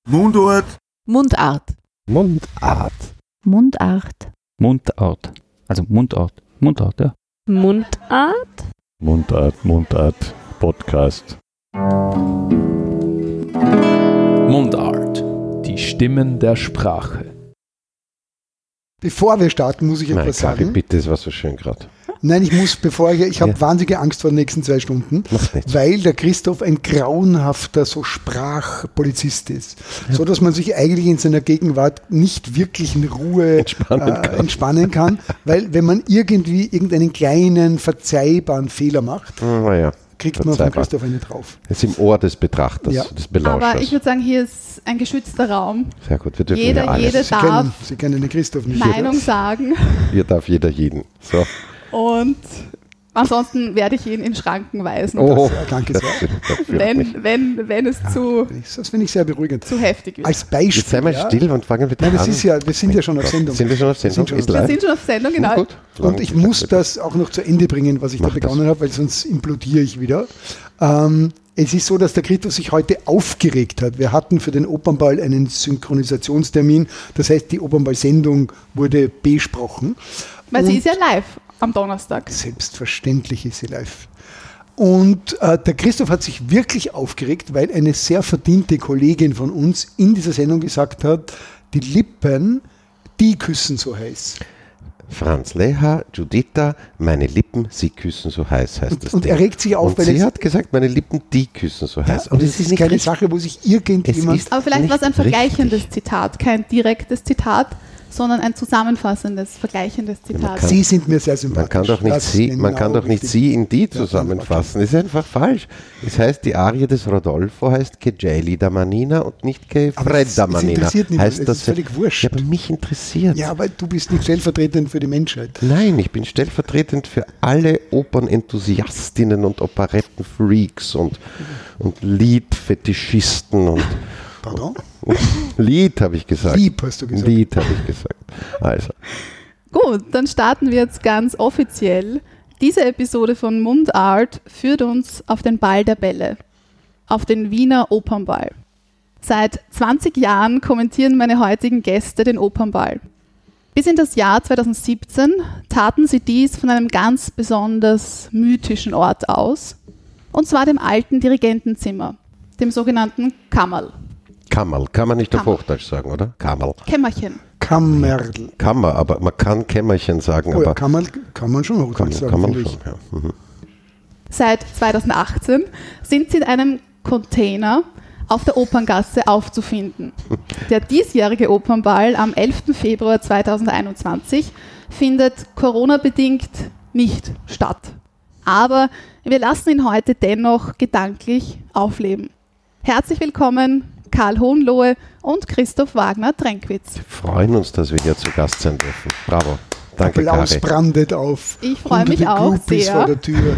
Mundart. Mundart. Mundart. Mundart. Mundart. Also Mundart. Mundart, ja. Mundart. Mundart. Podcast. Mundart. Die Stimmen der Sprache. Bevor wir starten, muss ich etwas Kari, sagen. bitte, es war so schön gerade. Nein, ich habe wahnsinnige Angst vor den nächsten 2 Stunden, weil der Christoph ein grauenhafter so Sprachpolizist ist. Ja. So, dass man sich eigentlich in seiner Gegenwart nicht wirklich in Ruhe entspannen kann, weil wenn man irgendwie irgendeinen kleinen, verzeihbaren Fehler macht, kriegt man von Christoph eine drauf. Das ist im Ohr des Betrachters, des Belauschers. Aber ich würde sagen, hier ist ein geschützter Raum. Sehr gut, wir dürfen jeder darf Sie kennen den Christoph nicht. Meinung sagen. Hier darf jeder jeden. So. Und ansonsten werde ich ihn in Schranken weisen. Danke sehr. Wenn es das finde ich sehr beruhigend. zu heftig wird. Als Beispiel. Jetzt sei mal still und fangen bitte an. Wir sind ja schon auf Sendung. Sind wir schon auf Sendung? Wir sind schon auf Sendung, genau. Gut. Und ich muss das auch noch zu Ende bringen, was ich da begonnen habe, weil sonst implodiere ich wieder. Es ist so, dass der Christoph sich heute aufgeregt hat. Wir hatten für den Opernball einen Synchronisationstermin. Das heißt, die Opernball-Sendung wurde besprochen. Weil sie ist ja live am Donnerstag. Selbstverständlich ist sie live. Und der Christoph hat sich wirklich aufgeregt, weil eine sehr verdiente Kollegin von uns in dieser Sendung gesagt hat, die Lippen, die küssen so heiß. Franz Leha, Juditha, meine Lippen, sie küssen so heiß, heißt das. Und er regt sich auf, weil sie hat gesagt, meine Lippen, die küssen so heiß. Und es ist keine Sache, wo sich irgendjemand... Aber vielleicht war es ein vergleichendes Zitat, kein direktes Zitat, sondern ein zusammenfassendes, vergleichendes Zitat. Sie sind mir sehr sympathisch. Man kann doch nicht Sie in die zusammenfassen. Das ist einfach falsch. Es heißt, die Arie des Rodolfo heißt Che gelida manina und nicht Che fredda manina. Interessiert niemand. Heißt das ist völlig wurscht. Ja, aber mich interessiert. Ja, aber du bist nicht stellvertretend für die Menschheit. Nein, ich bin stellvertretend für alle Opernenthusiastinnen und Operettenfreaks und Liedfetischisten und... Pardon? Lied, habe ich gesagt. Lieb, hast du gesagt. Lied, habe ich gesagt. Also. Gut, dann starten wir jetzt ganz offiziell. Diese Episode von Mundart führt uns auf den Ball der Bälle, auf den Wiener Opernball. Seit 20 Jahren kommentieren meine heutigen Gäste den Opernball. Bis in das Jahr 2017 taten sie dies von einem ganz besonders mythischen Ort aus, und zwar dem alten Dirigentenzimmer, dem sogenannten Kammerl. Kammerl, kann man nicht auf Hochdeutsch sagen, oder? Kammerl. Kämmerchen. Kammerl. Kammer, aber man kann Kämmerchen sagen. Oh ja, aber kann man schon Hochdeutsch sagen. Kann man schon, ja. Mhm. Seit 2018 sind sie in einem Container auf der Operngasse aufzufinden. Der diesjährige Opernball am 11. Februar 2021 findet Corona-bedingt nicht statt. Aber wir lassen ihn heute dennoch gedanklich aufleben. Herzlich willkommen, Karl Hohenlohe und Christoph Wagner-Tränkwitz. Wir freuen uns, dass wir hier zu Gast sein dürfen. Bravo. Danke, Applaus Kari. brandet auf. Ich freue mich auch sehr. Vor der Tür.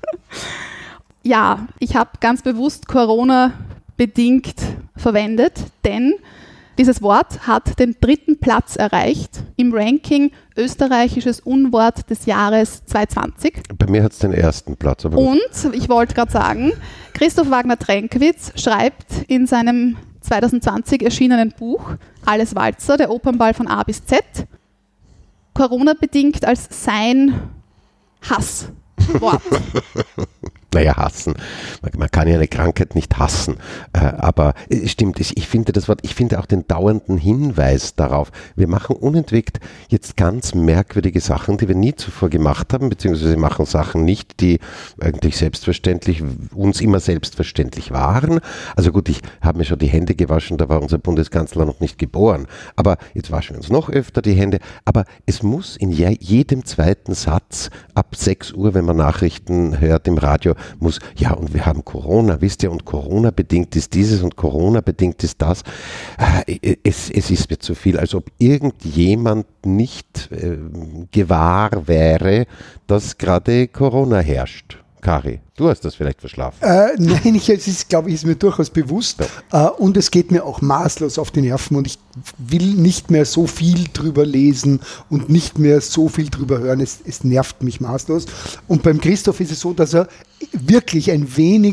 Ja, ich habe ganz bewusst Corona-bedingt verwendet, denn dieses Wort hat den 3. Platz erreicht im Ranking österreichisches Unwort des Jahres 2020. Bei mir hat es den 1. Platz. Aber und, ich wollte gerade sagen, Christoph Wagner-Tränkwitz schreibt in seinem 2020 erschienenen Buch Alles Walzer, der Opernball von A bis Z, Corona-bedingt als sein Hasswort. Naja, hassen. Man kann ja eine Krankheit nicht hassen. Aber es stimmt, ich finde auch den dauernden Hinweis darauf, wir machen unentwegt jetzt ganz merkwürdige Sachen, die wir nie zuvor gemacht haben, beziehungsweise machen Sachen nicht, die eigentlich uns immer selbstverständlich waren. Also gut, ich habe mir schon die Hände gewaschen, da war unser Bundeskanzler noch nicht geboren. Aber jetzt waschen wir uns noch öfter die Hände. Aber es muss in jedem zweiten Satz ab 6 Uhr, wenn man Nachrichten hört im Radio, und wir haben Corona, wisst ihr, und Corona-bedingt ist dieses und Corona-bedingt ist das. Es ist mir zu viel, als ob irgendjemand nicht gewahr wäre, dass gerade Corona herrscht. Kari, du hast das vielleicht verschlafen. Nein, ist mir durchaus bewusst. Ja. Und es geht mir auch maßlos auf die Nerven und ich will nicht mehr so viel drüber lesen und nicht mehr so viel drüber hören. Es nervt mich maßlos. Und beim Christoph ist es so, dass er wirklich ein wenig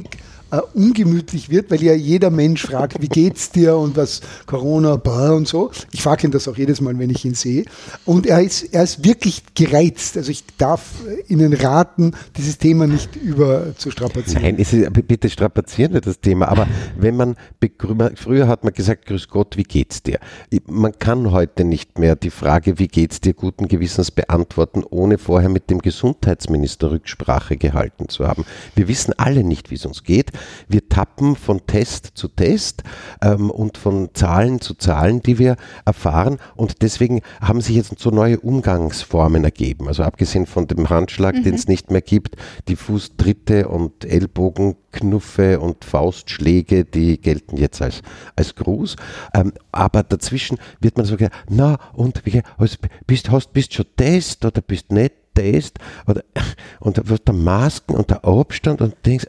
ungemütlich wird, weil ja jeder Mensch fragt, wie geht's dir und was Corona, und so. Ich frage ihn das auch jedes Mal, wenn ich ihn sehe. Und er ist wirklich gereizt. Also ich darf Ihnen raten, dieses Thema nicht überzustrapazieren. Nein, bitte strapazieren wir das Thema. Aber wenn man, früher hat man gesagt, grüß Gott, wie geht's dir? Man kann heute nicht mehr die Frage, wie geht's dir, guten Gewissens beantworten, ohne vorher mit dem Gesundheitsminister Rücksprache gehalten zu haben. Wir wissen alle nicht, wie es uns geht. Wir tappen von Test zu Test und von Zahlen zu Zahlen, die wir erfahren. Und deswegen haben sich jetzt so neue Umgangsformen ergeben. Also abgesehen von dem Handschlag, den es nicht mehr gibt, die Fußtritte und Ellbogenknuffe und Faustschläge, die gelten jetzt als Gruß. Aber dazwischen wird man so gesagt, na und bist schon Test oder bist nicht Test? Und da wird der Masken und der Abstand und denkst,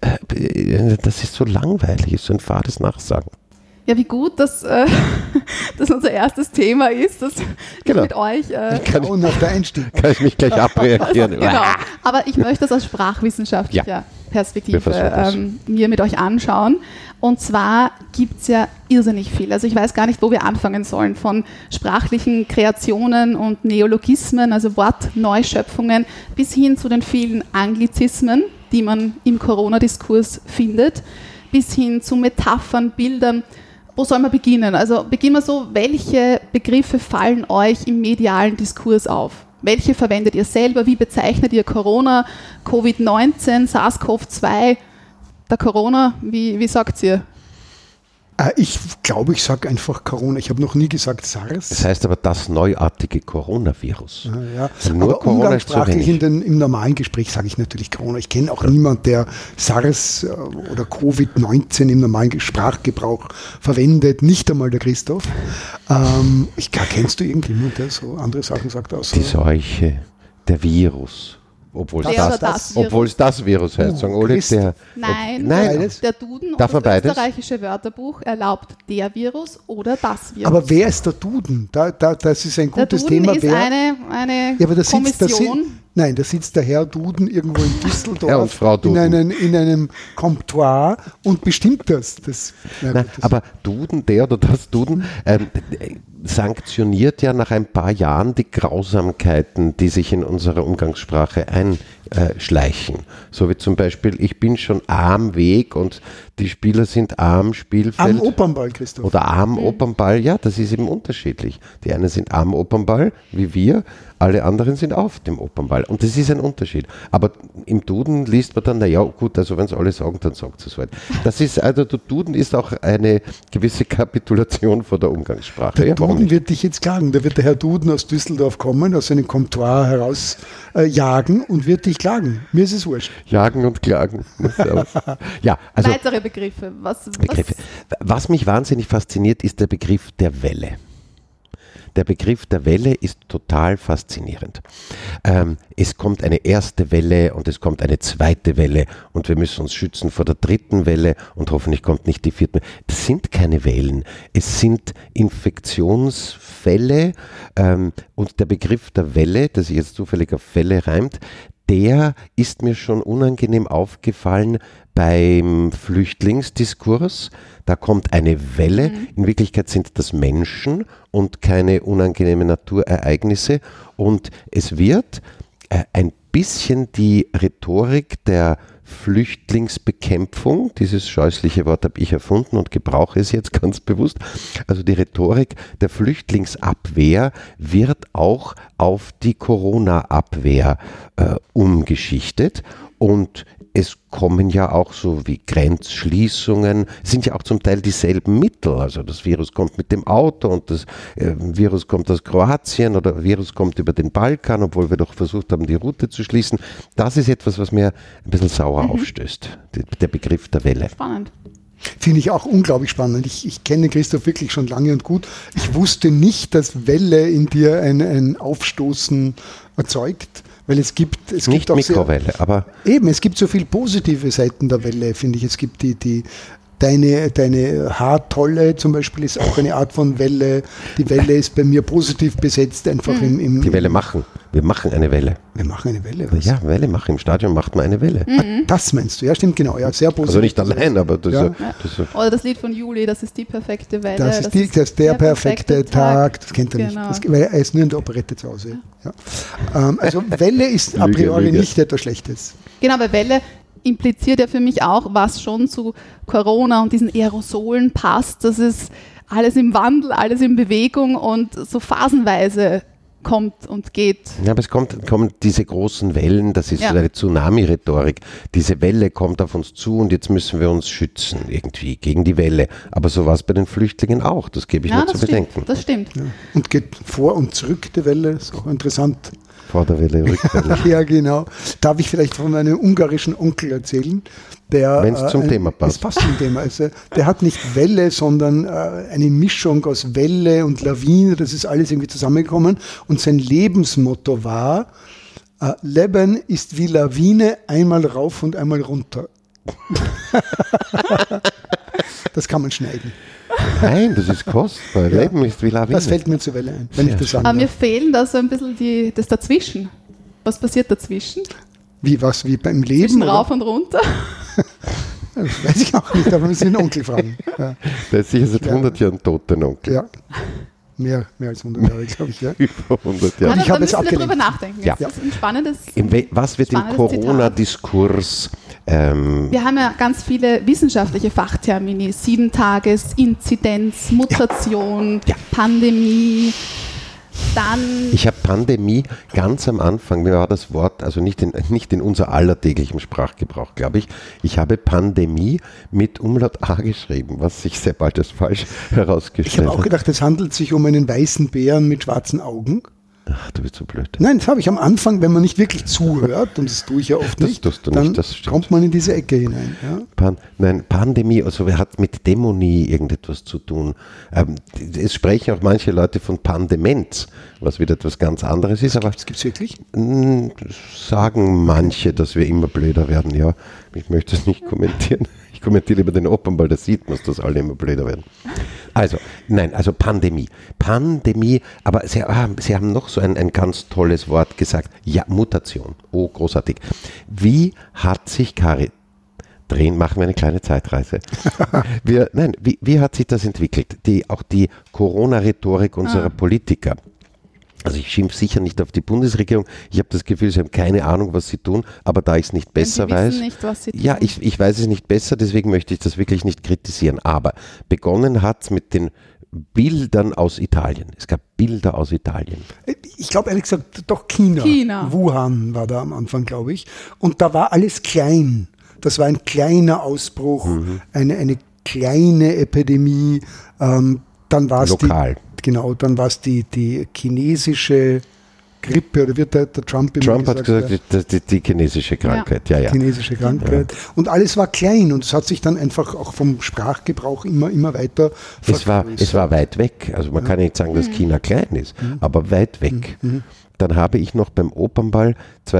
das ist so langweilig, ist so ein fades Nachsagen. Ja, wie gut, dass unser erstes Thema ist, dass ich mit euch... Kann ich mich gleich abreagieren. Genau, aber ich möchte das aus sprachwissenschaftlicher Perspektive mir mit euch anschauen. Und zwar gibt es ja irrsinnig viel. Also ich weiß gar nicht, wo wir anfangen sollen. Von sprachlichen Kreationen und Neologismen, also Wortneuschöpfungen, bis hin zu den vielen Anglizismen, die man im Corona-Diskurs findet, bis hin zu Metaphern, Bildern. Wo soll man beginnen? Also beginnen wir so, welche Begriffe fallen euch im medialen Diskurs auf? Welche verwendet ihr selber? Wie bezeichnet ihr Corona, Covid-19, SARS-CoV-2, der Corona? Wie sagt ihr? Ich glaube, ich sage einfach Corona. Ich habe noch nie gesagt SARS. Das heißt aber das neuartige Coronavirus. Ja. Also nur aber Corona umgangssprachlich im normalen Gespräch sage ich natürlich Corona. Ich kenne auch niemanden, der SARS oder Covid-19 im normalen Sprachgebrauch verwendet. Nicht einmal der Christoph. Kennst du irgendjemanden, der so andere Sachen sagt? Außer die Seuche, der Virus. Obwohl es das Virus heißt. Sagen alle, Nein, der Duden und das österreichische Wörterbuch erlaubt der Virus oder das Virus. Aber wer ist der Duden? Das ist ein gutes Thema. Der Duden ist eine Kommission. Da sitzt der Herr Duden irgendwo in Düsseldorf Herr und Frau Duden. in einem Comptoir und bestimmt das. Aber Duden, der oder das Duden, sanktioniert ja nach ein paar Jahren die Grausamkeiten, die sich in unserer Umgangssprache einschleichen. So wie zum Beispiel, ich bin schon am Weg und die Spieler sind am Spielfeld. Am Opernball, Christoph. Oder am Opernball, ja, das ist eben unterschiedlich. Die einen sind am Opernball, wie wir, alle anderen sind auf dem Opernball. Und das ist ein Unterschied. Aber im Duden liest man dann, naja, gut, also wenn es alle sagen, dann sagt es halt. Das ist, also der Duden ist auch eine gewisse Kapitulation vor der Umgangssprache. Der Duden wird dich jetzt klagen. Da wird der Herr Duden aus Düsseldorf kommen, aus seinem Comptoir heraus jagen und wird dich klagen. Mir ist es wurscht. Jagen und klagen. Ja, also weitere Begriffe. Was mich wahnsinnig fasziniert, ist der Begriff der Welle. Der Begriff der Welle ist total faszinierend. Es kommt eine erste Welle und es kommt eine zweite Welle und wir müssen uns schützen vor der dritten Welle und hoffentlich kommt nicht die vierte. Das sind keine Wellen, es sind Infektionsfälle und der Begriff der Welle, der sich jetzt zufällig auf Fälle reimt, der ist mir schon unangenehm aufgefallen beim Flüchtlingsdiskurs. Da kommt eine Welle. In Wirklichkeit sind das Menschen und keine unangenehmen Naturereignisse. Und es wird ein bisschen die Rhetorik der Flüchtlingsbekämpfung, dieses scheußliche Wort habe ich erfunden und gebrauche es jetzt ganz bewusst, also die Rhetorik der Flüchtlingsabwehr wird auch auf die Corona-Abwehr umgeschichtet und es kommen ja auch so wie Grenzschließungen, sind ja auch zum Teil dieselben Mittel. Also das Virus kommt mit dem Auto und das Virus kommt aus Kroatien oder das Virus kommt über den Balkan, obwohl wir doch versucht haben, die Route zu schließen. Das ist etwas, was mir ein bisschen sauer aufstößt, der Begriff der Welle. Spannend. Finde ich auch unglaublich spannend. Ich kenne Christoph wirklich schon lange und gut. Ich wusste nicht, dass Welle in dir ein Aufstoßen erzeugt. Weil es gibt nicht auch Mikrowelle, aber eben, es gibt so viele positive Seiten der Welle, finde ich. Es gibt deine Haartolle zum Beispiel ist auch eine Art von Welle. Die Welle ist bei mir positiv besetzt, einfach im die Welle machen. Wir machen eine Welle. Wir machen eine Welle. Ja, Welle machen. Im Stadion macht man eine Welle. Das meinst du? Ja, stimmt, genau. Ja, sehr positiv. Also nicht allein, aber das Ja. Oder das Lied von Juli, das ist die perfekte Welle. Das ist der perfekte Tag. Das kennt er nicht. Das, weil er ist nur in der Operette zu Hause. Ja. Also Welle ist a priori Lüge. nicht etwas Schlechtes. Genau, weil Welle impliziert ja für mich auch, was schon zu Corona und diesen Aerosolen passt. Das ist alles im Wandel, alles in Bewegung und so phasenweise kommt und geht. Ja, aber es kommen diese großen Wellen, das ist so eine Tsunami-Rhetorik. Diese Welle kommt auf uns zu und jetzt müssen wir uns schützen irgendwie gegen die Welle. Aber so war es bei den Flüchtlingen auch, das gebe ich nur zu bedenken. Das stimmt. Ja. Und geht vor und zurück die Welle, ist auch interessant. Vorderwelle, Rückwelle. Ja, genau. Darf ich vielleicht von meinem ungarischen Onkel erzählen? Wenn es zum Thema passt. Es passt zum Thema. Also, der hat nicht Welle, sondern eine Mischung aus Welle und Lawine. Das ist alles irgendwie zusammengekommen. Und sein Lebensmotto war, Leben ist wie Lawine, einmal rauf und einmal runter. Das kann man schneiden. Nein, das ist kostbar. Ja. Leben ist wie Lawine. Das fällt mir zur Welle ein, wenn ich das sagen Aber mir darf. fehlen da so ein bisschen das Dazwischen. Was passiert dazwischen? Wie beim Leben? Zwischen oder? rauf und runter? Das weiß ich auch nicht, aber wir müssen den Onkel fragen. Ja. Der ist sicher seit 100 Jahren tot, der Onkel. Ja. Mehr als 100 Jahre, glaube ich. Ja. Über 100 Jahre. ich Da habe es müssen wir drüber abgelehnt. nachdenken. Ja. Das ist ein spannendes. Was wird im spannendes Zitat. Corona-Diskurs Wir haben ja ganz viele wissenschaftliche Fachtermini. 7-Tages-Inzidenz, Mutation, Pandemie. Dann Ich habe Pandemie ganz am Anfang, mir war das Wort, also nicht in unser allertäglichem Sprachgebrauch, glaube ich. Ich habe Pandemie mit Umlaut A geschrieben, was sich sehr bald als falsch Ich herausgestellt habe auch hat. gedacht, es handelt sich um einen weißen Bären mit schwarzen Augen. Ach, du bist so blöd. Nein, das habe ich am Anfang, wenn man nicht wirklich zuhört, und das tue ich ja oft Das nicht, tust du dann nicht, das stimmt. kommt man in diese Ecke hinein. Ja. Pandemie, also hat mit Dämonie irgendetwas zu tun. Es sprechen auch manche Leute von Pandemenz, was wieder etwas ganz anderes ist, aber Das gibt es wirklich? sagen manche, dass wir immer blöder werden. Ja, ich möchte es nicht kommentieren. Ich kommentiere lieber den Opernball, da sieht man, dass alle immer blöder werden. Also Pandemie. Pandemie, aber Sie haben noch so ein ganz tolles Wort gesagt. Ja, Mutation. Oh, großartig. Wie hat sich, Kari, machen wir eine kleine Zeitreise. Wie hat sich das entwickelt? Auch die Corona-Rhetorik unserer Politiker. Also ich schimpfe sicher nicht auf die Bundesregierung. Ich habe das Gefühl, sie haben keine Ahnung, was sie tun, aber da ich es nicht besser sie wissen weiß. nicht, was sie tun. Ja, ich weiß es nicht besser, deswegen möchte ich das wirklich nicht kritisieren. Aber begonnen hat es mit den Bildern aus Italien. Es gab Bilder aus Italien. Ich glaube ehrlich gesagt, doch China. Wuhan war da am Anfang, glaube ich. Und da war alles klein. Das war ein kleiner Ausbruch, eine kleine Epidemie. Dann war es lokal. Dann war es die chinesische Grippe, oder wird der Trump immer Trump hat gesagt, die chinesische Krankheit. Ja. Chinesische Krankheit. Und alles war klein und es hat sich dann einfach auch vom Sprachgebrauch immer weiter vergrößert. Es war weit weg. Also man kann nicht sagen, dass China klein ist, aber weit weg. Dann habe ich noch beim Opernball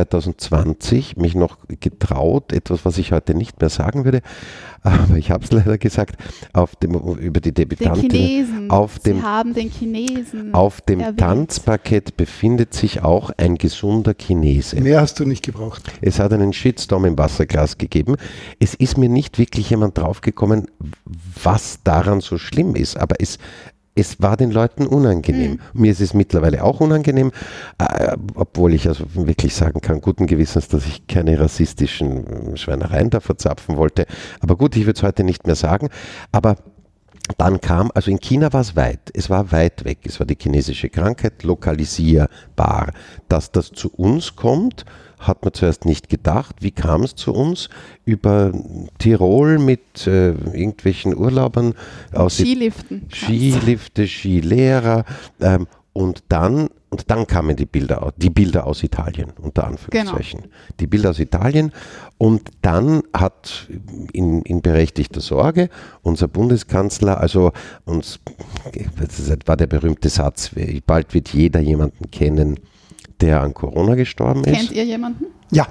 2020 mich noch getraut, etwas, was ich heute nicht mehr sagen würde, aber ich habe es leider gesagt, über die Debütantin. Sie haben den Chinesen Auf dem erwähnt. Tanzparkett befindet sich auch ein gesunder Chinese. Mehr hast du nicht gebraucht. Es hat einen Shitstorm im Wasserglas gegeben. Es ist mir nicht wirklich jemand draufgekommen, was daran so schlimm ist, aber es war den Leuten unangenehm. Mir ist es mittlerweile auch unangenehm, obwohl ich also wirklich sagen kann, guten Gewissens, dass ich keine rassistischen Schweinereien da verzapfen wollte. Aber gut, ich würde es heute nicht mehr sagen. Aber dann also in China war es war weit weg. Es war die chinesische Krankheit, lokalisierbar. Dass das zu uns kommt, hat man zuerst nicht gedacht. Wie kam es zu uns? Über Tirol mit irgendwelchen Urlaubern aus Skiliften. Skilifte, Skilehrer und dann kamen die Bilder aus Italien, unter Anführungszeichen. Genau. Die Bilder aus Italien und dann hat in berechtigter Sorge unser Bundeskanzler, also das war der berühmte Satz, bald wird jeder jemanden kennen, der an Corona gestorben ist. Kennt ihr jemanden? Ja.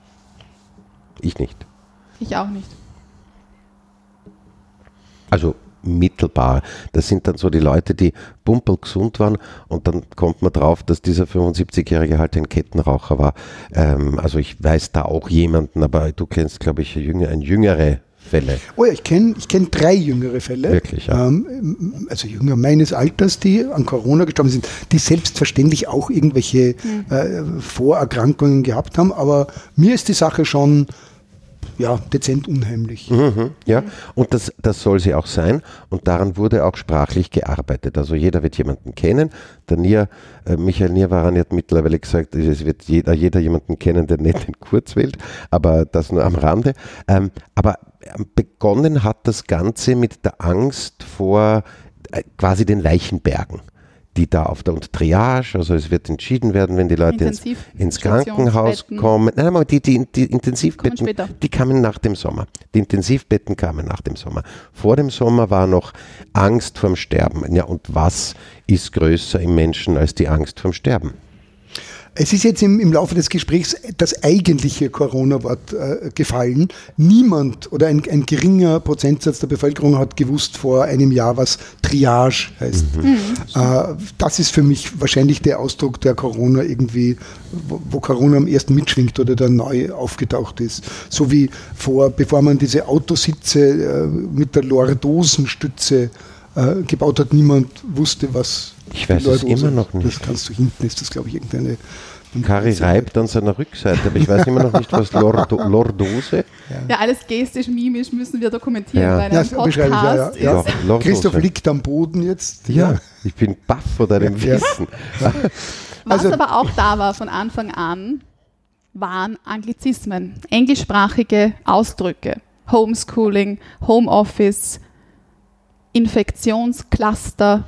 Ich nicht. Ich auch nicht. Also unmittelbar. Das sind dann so die Leute, die pumperlgesund waren und dann kommt man drauf, dass dieser 75-Jährige halt ein Kettenraucher war. Also ich weiß da auch jemanden, aber du kennst, glaube ich, jüngere Fälle. Oh ja, ich kenn 3 jüngere Fälle. Wirklich, ja. Also Jünger meines Alters, die an Corona gestorben sind, die selbstverständlich auch irgendwelche Vorerkrankungen gehabt haben, aber mir ist die Sache schon dezent unheimlich. Ja, und das soll sie auch sein und daran wurde auch sprachlich gearbeitet. Also jeder wird jemanden kennen. Michael Nierwaran hat mittlerweile gesagt, es wird jeder jemanden kennen, der nicht den Kurz wählt, aber das nur am Rande. Aber begonnen hat das Ganze mit der Angst vor quasi den Leichenbergen, die da und Triage, also es wird entschieden werden, wenn die Leute ins Krankenhaus kommen. Nein, die Intensivbetten, die kamen nach dem Sommer. Die Intensivbetten kamen nach dem Sommer. Vor dem Sommer war noch Angst vorm Sterben. Ja, und was ist größer im Menschen als die Angst vorm Sterben? Es ist jetzt im Laufe des Gesprächs das eigentliche Corona-Wort gefallen. Niemand oder ein geringer Prozentsatz der Bevölkerung hat gewusst vor einem Jahr, was Triage heißt. Das ist für mich wahrscheinlich der Ausdruck der Corona irgendwie, wo Corona am ersten mitschwingt oder der neu aufgetaucht ist. So wie bevor man diese Autositze mit der Lordosenstütze gebaut hat, niemand wusste, was ich weiß es immer noch nicht. Das kannst du hinten, ist das, glaube ich, irgendeine... Kari reibt an seiner Rückseite, aber ich weiß immer noch nicht, was Lordose... Ja, alles gestisch, mimisch müssen wir dokumentieren bei einem Podcast. Ja, Christoph liegt am Boden jetzt. Ja, ich bin baff vor deinem Wissen. Was aber auch da war von Anfang an, waren Anglizismen, englischsprachige Ausdrücke. Homeschooling, Homeoffice, Infektionscluster.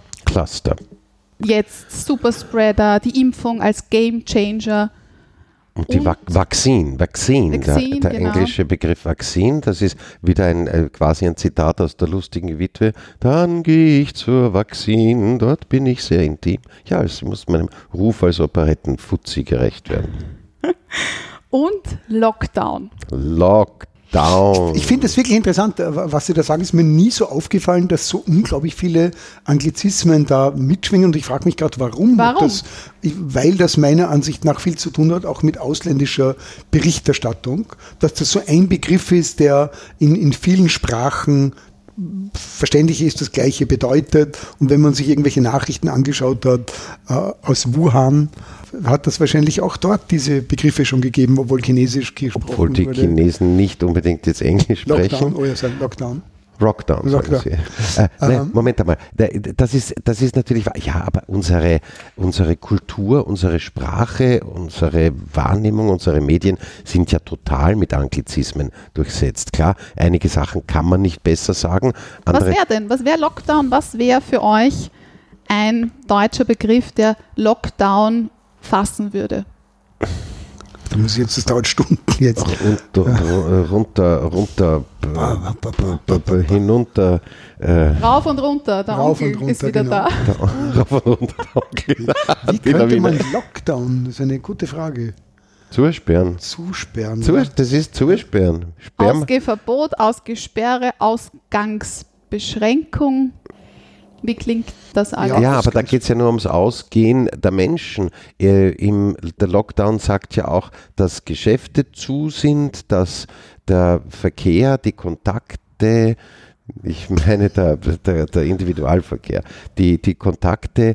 Jetzt Superspreader, die Impfung als Game Changer. Und die Vakzin, der englische Begriff Vakzin, das ist wieder quasi ein Zitat aus der lustigen Witwe. Dann gehe ich zur Vakzin, dort bin ich sehr intim. Ja, es muss meinem Ruf als Operettenfuzzi gerecht werden. Und Lockdown. Ich finde es wirklich interessant, was Sie da sagen. Ist mir nie so aufgefallen, dass so unglaublich viele Anglizismen da mitschwingen. Und ich frage mich gerade, warum? Weil das meiner Ansicht nach viel zu tun hat, auch mit ausländischer Berichterstattung. Dass das so ein Begriff ist, der in vielen Sprachen verständlich ist, das Gleiche bedeutet. Und wenn man sich irgendwelche Nachrichten angeschaut hat aus Wuhan, hat das wahrscheinlich auch dort diese Begriffe schon gegeben, obwohl Chinesisch gesprochen wurde. Obwohl die Chinesen nicht unbedingt jetzt Englisch sprechen. Lockdown. Rockdown, sagen Sie. Moment einmal, das ist natürlich wahr. Ja, aber unsere Kultur, unsere Sprache, unsere Wahrnehmung, unsere Medien sind ja total mit Anglizismen durchsetzt. Klar, einige Sachen kann man nicht besser sagen. Was wäre denn? Was wäre Lockdown? Was wäre für euch ein deutscher Begriff, der Lockdown fassen würde? Da muss ich jetzt, das dauert Stunden jetzt. Runter, hinunter. Rauf und runter, der Onkel ist wieder da. Rauf und runter, der Onkel. Wie könnte man Lockdown? Das ist eine gute Frage. Zusperren. Das ist Zusperren. Ausgehverbot, Ausgesperre, Ausgangsbeschränkung. Wie klingt das alles? Ja, aber da geht es ja nur ums Ausgehen der Menschen. Der Lockdown sagt ja auch, dass Geschäfte zu sind, dass der Verkehr, die Kontakte, ich meine der Individualverkehr, die Kontakte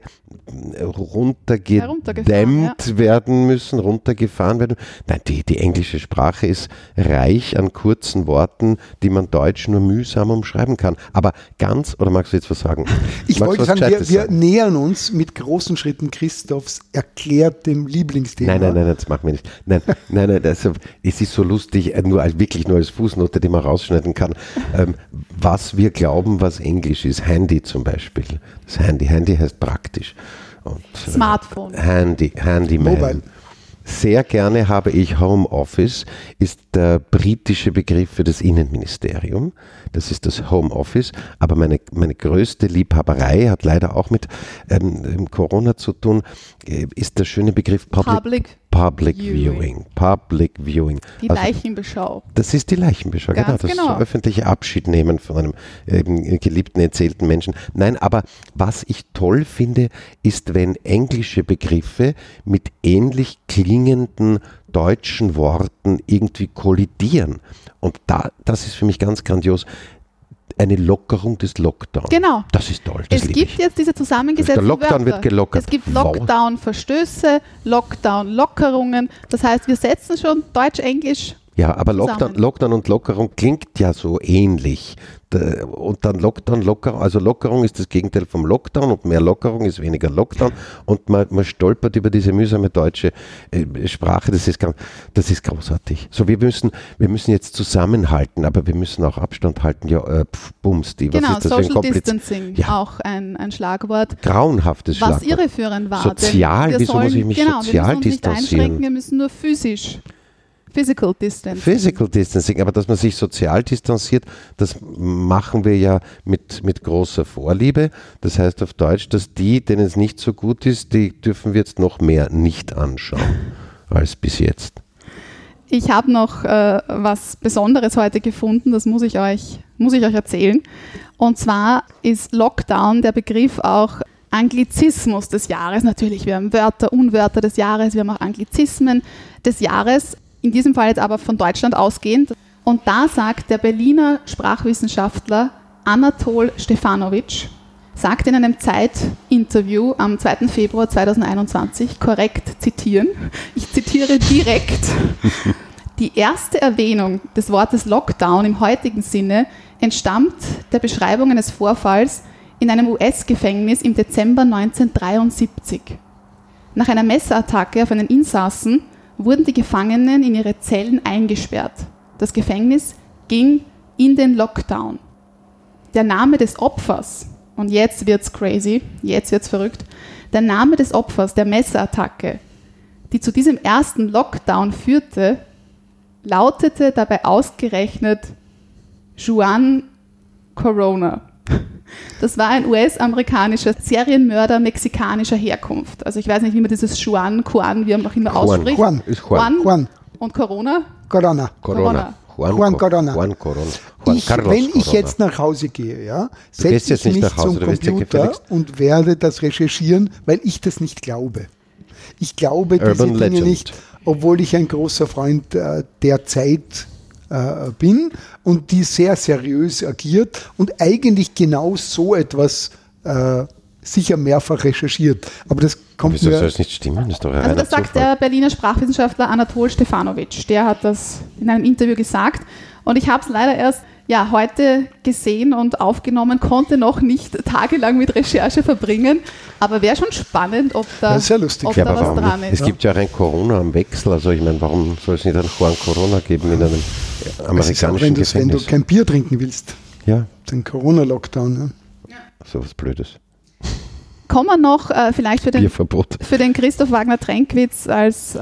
runtergedämmt werden müssen, runtergefahren werden. Nein, die englische Sprache ist reich an kurzen Worten, die man Deutsch nur mühsam umschreiben kann. Aber oder magst du jetzt was sagen? Ich wollte sagen, wir nähern uns mit großen Schritten Christophs erklärtem Lieblingsthema. Nein, das machen wir nicht. Nein, es ist so lustig, wirklich nur als Fußnote, die man rausschneiden kann, was wir glauben, was Englisch ist. Handy zum Beispiel. Das Handy heißt praktisch. Und, Smartphone. Handyman. Mobile. Sehr gerne habe ich Homeoffice, ist der britische Begriff für das Innenministerium. Das ist das Homeoffice. Aber meine größte Liebhaberei hat leider auch mit Corona zu tun, ist der schöne Begriff Public Public Viewing. Public Viewing. Die Leichenbeschau. Das ist die Leichenbeschau, Ganz genau. Das öffentliche Abschied nehmen von einem geliebten, erzählten Menschen. Nein, aber was ich toll finde, ist, wenn englische Begriffe mit ähnlich klingenden deutschen Worten irgendwie kollidieren. Und das ist für mich ganz grandios. Eine Lockerung des Lockdowns. Genau. Das ist toll. Das es gibt jetzt diese zusammengesetzten Der Lockdown Wörter. wird gelockert. Es gibt Lockdown-Verstöße, Lockdown-Lockerungen. Das heißt, wir setzen schon Deutsch-Englisch. Ja, aber zusammen. Lockdown und Lockerung klingt ja so ähnlich. Und dann Lockdown, Lockerung, also Lockerung ist das Gegenteil vom Lockdown und mehr Lockerung ist weniger Lockdown und man stolpert über diese mühsame deutsche Sprache, das ist großartig. So, wir müssen jetzt zusammenhalten, aber wir müssen auch Abstand halten, Bums, was Genau, ist das Social Distancing, auch ein Schlagwort. Grauenhaftes Schlagwort. Was irreführend war. Sozial, wieso muss ich mich sozial distanzieren? Wir müssen uns nicht einschränken, wir müssen nur Physical Distancing. Physical Distancing, aber dass man sich sozial distanziert, das machen wir ja mit großer Vorliebe. Das heißt auf Deutsch, dass denen es nicht so gut ist, die dürfen wir jetzt noch mehr nicht anschauen als bis jetzt. Ich habe noch was Besonderes heute gefunden, das muss ich euch erzählen. Und zwar ist Lockdown der Begriff auch Anglizismus des Jahres. Natürlich, wir haben Wörter, Unwörter des Jahres, wir haben auch Anglizismen des Jahres. In diesem Fall jetzt aber von Deutschland ausgehend. Und da sagt der Berliner Sprachwissenschaftler Anatol Stefanovic, sagt in einem Zeit-Interview am 2. Februar 2021, korrekt zitieren, ich zitiere direkt, die erste Erwähnung des Wortes Lockdown im heutigen Sinne entstammt der Beschreibung eines Vorfalls in einem US-Gefängnis im Dezember 1973. Nach einer Messerattacke auf einen Insassen wurden die Gefangenen in ihre Zellen eingesperrt. Das Gefängnis ging in den Lockdown. Der Name des Opfers, und jetzt wird's crazy, jetzt wird's verrückt, der Name des Opfers der Messerattacke, die zu diesem ersten Lockdown führte, lautete dabei ausgerechnet Juan Corona. Das war ein US-amerikanischer Serienmörder mexikanischer Herkunft. Also ich weiß nicht, wie man dieses Juan, wie man auch immer ausspricht. Juan. Und Corona? Corona. Juan Corona. Wenn ich jetzt nach Hause gehe, setze ich mich zum Computer und werde das recherchieren, weil ich das nicht glaube. Ich glaube diese Dinge nicht, obwohl ich ein großer Freund der Zeit bin und die sehr seriös agiert und eigentlich genau so etwas sicher mehrfach recherchiert. Aber das kommt Wieso soll es nicht stimmen? Das ist doch also das sagt der Berliner Sprachwissenschaftler Anatol Stefanovic. Der hat das in einem Interview gesagt. Und ich habe es leider erst heute gesehen und aufgenommen, konnte noch nicht tagelang mit Recherche verbringen. Aber wäre schon spannend, ob da, sehr lustig. ob da was dran ist. Es gibt ja auch ein Corona am Wechsel. Also ich meine, warum soll es nicht einen Juan Corona geben in einem amerikanischen Gefängnis? Wenn du kein Bier trinken willst. Ja. Den Corona-Lockdown. Ja. So was Blödes. Kommen wir noch vielleicht für den Christoph Wagner-Trenkwitz als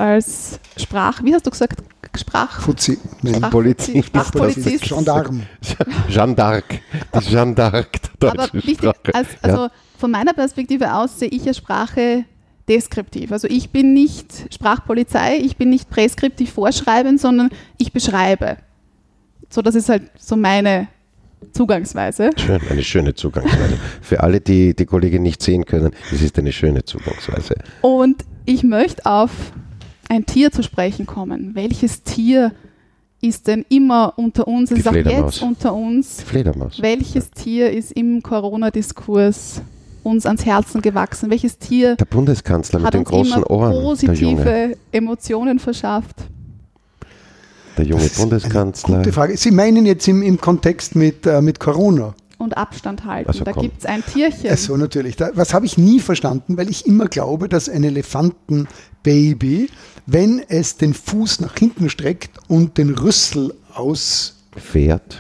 wie hast du gesagt? Fuzzi. Polizist. Gendarm. Jeanne d'Arc. Die Jeanne d'Arc der deutschen wichtig, Sprache. Von meiner Perspektive aus sehe ich ja Sprache deskriptiv. Also ich bin nicht Sprachpolizei, ich bin nicht präskriptiv vorschreibend, sondern ich beschreibe. So, das ist halt so meine Zugangsweise. Schön, eine schöne Zugangsweise. Für alle, die die Kollegin nicht sehen können, es ist eine schöne Zugangsweise. Und ich möchte auf ein Tier zu sprechen kommen. Welches Tier ist denn immer unter uns? Es ist auch jetzt unter uns. Die Fledermaus. Welches Tier ist im Corona-Diskurs uns ans Herzen gewachsen? Welches Tier der Bundeskanzler mit den großen Ohren, positive Emotionen verschafft? Der junge Bundeskanzler. Gute Frage. Sie meinen jetzt im Kontext mit Corona? Und Abstand halten. Also, da gibt es ein Tierchen. Also natürlich. Was habe ich nie verstanden, weil ich immer glaube, dass ein Elefantenbaby, wenn es den Fuß nach hinten streckt und den Rüssel ausfährt,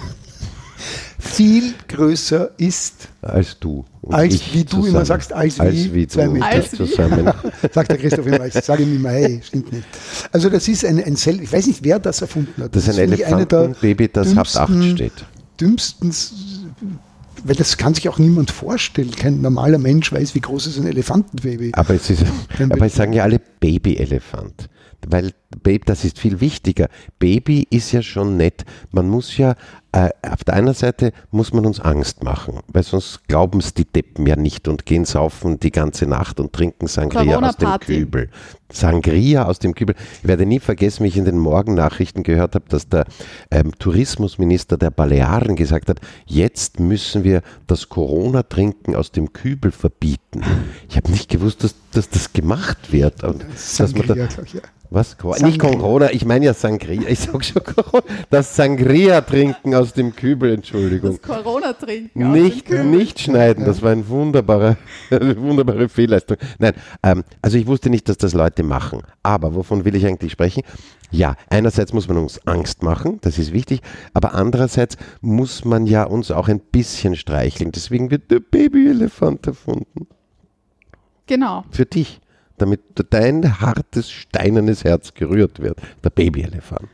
viel größer ist als du. Als wie du immer sagst, als wie 2 Meter zusammen. Sagt der Christoph immer, ich sage ihm immer, hey, stimmt nicht. Also das ist ich weiß nicht, wer das erfunden hat. Das ist ein Elefantenbaby, das Habt 8 steht. Dümmsten weil das kann sich auch niemand vorstellen. Kein normaler Mensch weiß, wie groß ist ein Elefantenbaby. Aber es sagen ja alle Babyelefant. Weil das ist viel wichtiger. Baby ist ja schon nett. Man muss ja, auf der einen Seite muss man uns Angst machen, weil sonst glauben es die Deppen ja nicht und gehen saufen die ganze Nacht und trinken Sangria aus dem Kübel. Sangria aus dem Kübel. Ich werde nie vergessen, wie ich in den Morgennachrichten gehört habe, dass der Tourismusminister der Balearen gesagt hat, jetzt müssen wir das Corona-Trinken aus dem Kübel verbieten. Ich habe nicht gewusst, dass das gemacht wird. Und Sangria, glaube ich, ja. Was? Nicht Corona, ich meine ja Sangria. Ich sage schon Corona. Das Sangria-Trinken aus dem Kübel, Entschuldigung. Das Corona-Trinken aus dem Kübel. Nicht schneiden, das war eine wunderbare Fehlleistung. Nein, also ich wusste nicht, dass das Leute machen. Aber wovon will ich eigentlich sprechen? Ja, einerseits muss man uns Angst machen, das ist wichtig, aber andererseits muss man ja uns auch ein bisschen streicheln. Deswegen wird der Babyelefant erfunden. Genau. Für dich. Damit dein hartes, steinernes Herz gerührt wird. Der Babyelefant.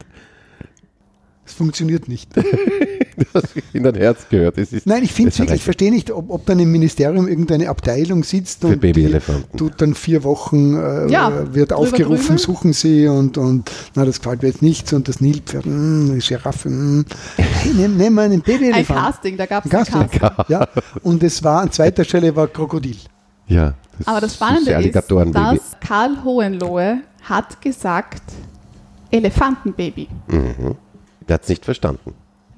Es funktioniert nicht. Du hast in dein Herz gehört. Nein, ich finde es wirklich, ich verstehe nicht, ob dann im Ministerium irgendeine Abteilung sitzt und tut dann 4 Wochen wird aufgerufen, suchen Sie und das gefällt mir jetzt nichts und das Nilpferd, die Giraffe, hey, nehmen wir einen Babyelefant. Ein Casting, da gab es ein Casting. Ja, und es war an zweiter Stelle war Krokodil. Ja. Aber das Spannende ist, dass Karl Hohenlohe hat gesagt, Elefantenbaby. Mhm. Der hat es nicht verstanden.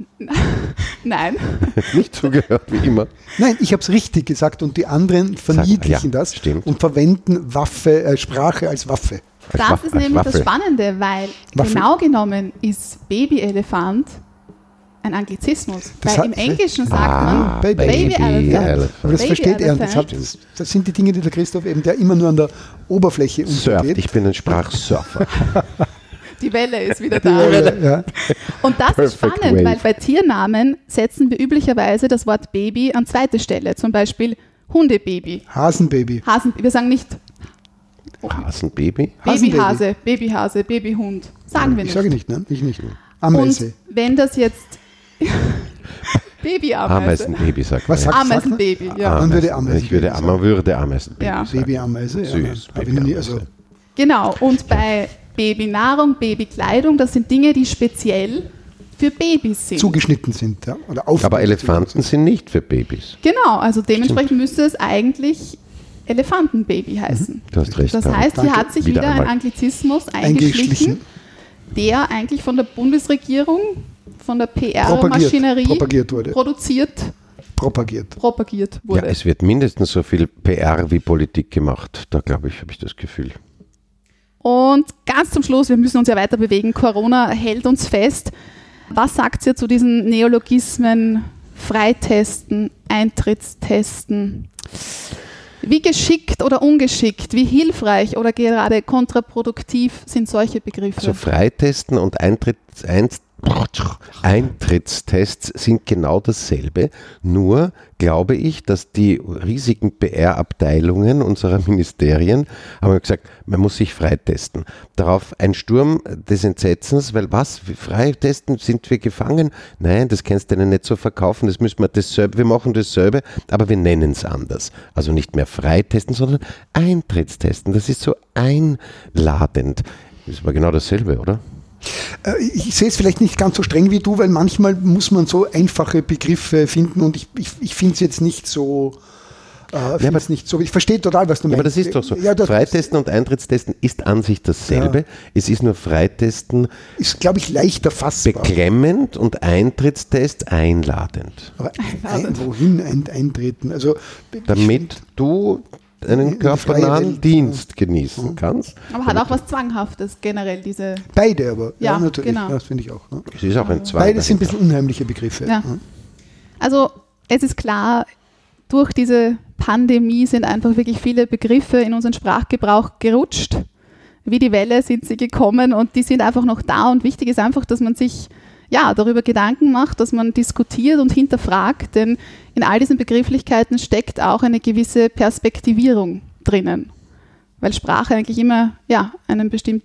Nein. Nicht zugehört, wie immer. Nein, ich habe es richtig gesagt und die anderen verniedlichen das und verwenden Sprache als Waffe. Das ist nämlich das Spannende, weil genau genommen ist Babyelefant ein Anglizismus. Weil im Englischen sagt man Baby Elephant. Aber das versteht er. Das sind die Dinge, die der Christoph eben, der immer nur an der Oberfläche untergeht. Ich bin ein Sprachsurfer. Die Welle ist wieder da. Ja. Und das ist spannend, weil bei Tiernamen setzen wir üblicherweise das Wort Baby an zweite Stelle. Zum Beispiel Hundebaby. Hasenbaby. Wir sagen nicht Hasenbaby. Babyhase, Babyhase, Babyhund. Sagen wir nicht. Ich sage nicht, ne? Ich nicht. Ameise. Und wenn das jetzt Babyameise. Ameisenbaby sagt man. Ameisenbaby, ja. Man würde Ameisenbaby sagen. Man würde Ameisenbaby sagen. Babyameise, ja. Süß, Babyameise. Genau, und bei Babynahrung, Babykleidung, das sind Dinge, die speziell für Babys sind. Zugeschnitten sind, ja. Oder aber Elefanten sind nicht für Babys. Genau, also dementsprechend müsste es eigentlich Elefantenbaby heißen. Du hast recht. Das heißt, hier hat sich wieder ein Anglizismus eingeschlichen, der eigentlich von der Bundesregierung, von der PR-Maschinerie propagiert wurde. Ja, es wird mindestens so viel PR wie Politik gemacht. Da glaube ich, habe ich das Gefühl. Und ganz zum Schluss, wir müssen uns ja weiter bewegen. Corona hält uns fest. Was sagt ihr zu diesen Neologismen, Freitesten, Eintrittstesten? Wie geschickt oder ungeschickt, wie hilfreich oder gerade kontraproduktiv sind solche Begriffe? Also Freitesten und Eintrittstests sind genau dasselbe, nur glaube ich, dass die riesigen PR-Abteilungen unserer Ministerien haben gesagt, man muss sich freitesten. Darauf ein Sturm des Entsetzens, weil was, freitesten, sind wir gefangen? Nein, das kannst du denen nicht so verkaufen, das müssen wir dasselbe, wir machen dasselbe, aber wir nennen es anders. Also nicht mehr freitesten, sondern Eintrittstesten, das ist so einladend. Das war genau dasselbe, oder? Ich sehe es vielleicht nicht ganz so streng wie du, weil manchmal muss man so einfache Begriffe finden und ich finde es jetzt nicht so, ich verstehe total, was du meinst. Aber das ist doch so. Ja, Freitesten und Eintrittstesten ist an sich dasselbe. Ja. Es ist nur Freitesten ist, glaube ich, leichter fassbar. Beklemmend und Eintrittstest einladend. Aber wohin eintreten? Also, damit du einen körpernahen Dienst genießen kannst. Aber hat auch was Zwanghaftes generell, diese... Beide aber, ja natürlich, genau. Das finde ich auch. Ne? Es ist auch ein Zwang. Beide sind ein bisschen unheimliche Begriffe. Ja. Also es ist klar, durch diese Pandemie sind einfach wirklich viele Begriffe in unseren Sprachgebrauch gerutscht. Wie die Welle sind sie gekommen und die sind einfach noch da und wichtig ist einfach, dass man sich darüber Gedanken macht, dass man diskutiert und hinterfragt, denn in all diesen Begrifflichkeiten steckt auch eine gewisse Perspektivierung drinnen, weil Sprache eigentlich immer eine bestimmte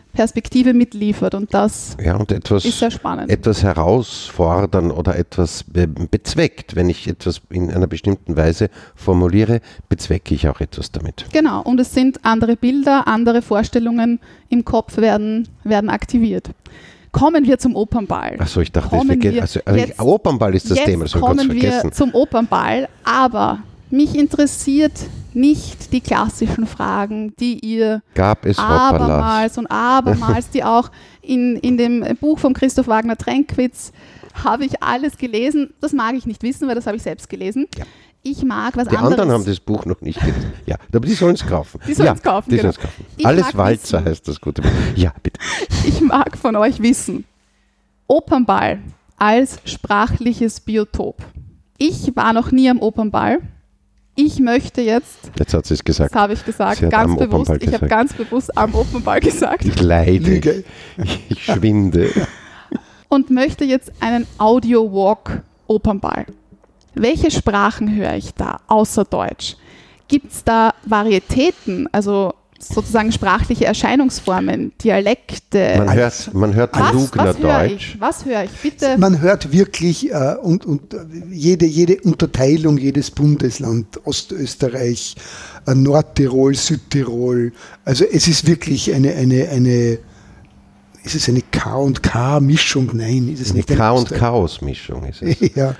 Perspektive mitliefert und das und ist sehr spannend. Etwas herausfordern oder etwas bezweckt. Wenn ich etwas in einer bestimmten Weise formuliere, bezwecke ich auch etwas damit. Genau, und es sind andere Bilder, andere Vorstellungen im Kopf werden aktiviert. Kommen wir zum Opernball. Achso, ich dachte, Opernball ist das Thema, das habe ich ganz vergessen. Kommen wir zum Opernball, aber mich interessiert nicht die klassischen Fragen, die ihr abermals und abermals, die auch in dem Buch von Christoph Wagner-Trenkwitz habe ich alles gelesen. Das mag ich nicht wissen, weil das habe ich selbst gelesen. Ja. Ich mag was anderes. Die anderen haben das Buch noch nicht gelesen. Ja, aber die sollen es kaufen. Die sollen es kaufen, genau. Alles Walzer heißt das gute Buch. Ja, bitte. Ich mag von euch wissen, Opernball als sprachliches Biotop. Ich war noch nie am Opernball. Ich möchte jetzt hat sie es gesagt. Das habe ich gesagt, ganz bewusst. Ich habe ganz bewusst am Opernball gesagt. Ich leide. Ich schwinde. Und möchte jetzt einen Audio-Walk Opernball. Welche Sprachen höre ich da außer Deutsch? Gibt es da Varietäten, also sozusagen sprachliche Erscheinungsformen, Dialekte? Man hört Lugner-Deutsch. Was höre ich? Bitte. Man hört wirklich jede Unterteilung, jedes Bundesland, Ostösterreich, Nordtirol, Südtirol. Also es ist wirklich ist es eine K- und K-Mischung? Nein, ist es nicht. Eine K- und Chaos-Mischung ist es. Ja,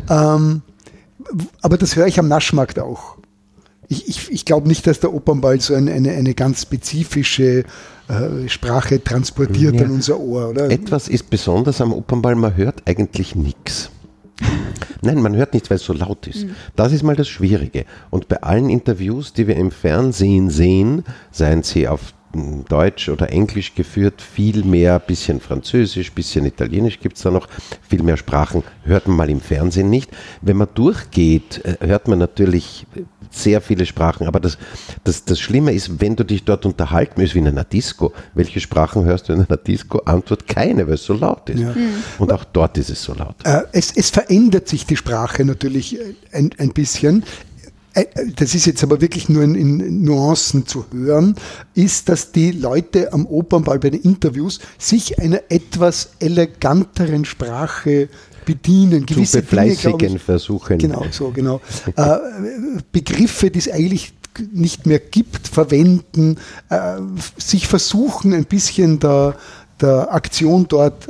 aber das höre ich am Naschmarkt auch. Ich glaube nicht, dass der Opernball so eine ganz spezifische Sprache transportiert an unser Ohr, oder? Etwas ist besonders am Opernball, man hört eigentlich nichts. Nein, man hört nichts, weil es so laut ist. Das ist mal das Schwierige. Und bei allen Interviews, die wir im Fernsehen sehen, seien sie auf Deutsch oder Englisch geführt, viel mehr, bisschen Französisch, bisschen Italienisch gibt es da noch, viel mehr Sprachen hört man mal im Fernsehen nicht. Wenn man durchgeht, hört man natürlich sehr viele Sprachen, aber das Schlimme ist, wenn du dich dort unterhalten willst, wie in einer Disco, welche Sprachen hörst du in einer Disco? Antwort keine, weil es so laut ist. Ja. Und auch dort ist es so laut. Es verändert sich die Sprache natürlich ein bisschen. Das ist jetzt aber wirklich nur in Nuancen zu hören, ist, dass die Leute am Opernball bei den Interviews sich einer etwas eleganteren Sprache bedienen. Gewisse zu befleißigen Dinge, versuchen. Genau. Begriffe, die es eigentlich nicht mehr gibt, verwenden, sich versuchen, ein bisschen der Aktion dort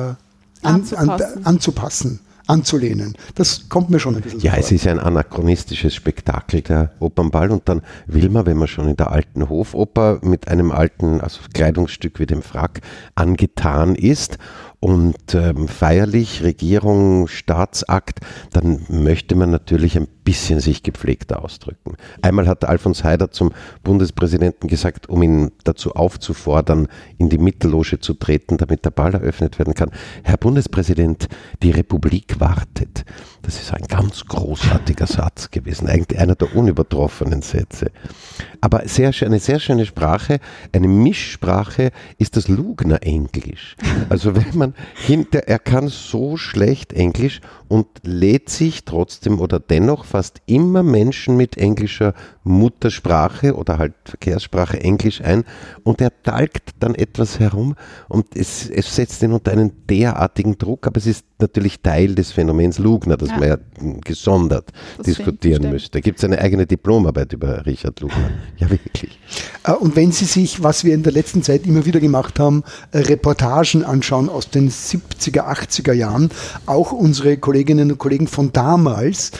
anzupassen. Anzulehnen. Das kommt mir schon ein bisschen vor. Es ist ein anachronistisches Spektakel, der Opernball, und dann will man, wenn man schon in der alten Hofoper mit einem alten Kleidungsstück wie dem Frack angetan ist und feierlich, Regierung, Staatsakt, dann möchte man natürlich ein bisschen sich gepflegter ausdrücken. Einmal hat Alfons Haider zum Bundespräsidenten gesagt, um ihn dazu aufzufordern, in die Mittelloge zu treten, damit der Ball eröffnet werden kann: Herr Bundespräsident, die Republik wartet. Das ist ein ganz großartiger Satz gewesen, eigentlich einer der unübertroffenen Sätze. Aber eine sehr schöne Sprache, eine Mischsprache ist das Lugner-Englisch. Also wenn man er kann so schlecht Englisch und lädt sich trotzdem oder dennoch fast immer Menschen mit englischer Muttersprache oder halt Verkehrssprache Englisch ein, und er talgt dann etwas herum und es setzt ihn unter einen derartigen Druck, aber es ist natürlich Teil des Phänomens Lugner, das man ja gesondert diskutieren müsste. Da gibt es eine eigene Diplomarbeit über Richard Lugner. Ja, wirklich. Und wenn Sie sich, was wir in der letzten Zeit immer wieder gemacht haben, Reportagen anschauen aus den 70er, 80er Jahren, auch unsere Kolleginnen und Kollegen von damals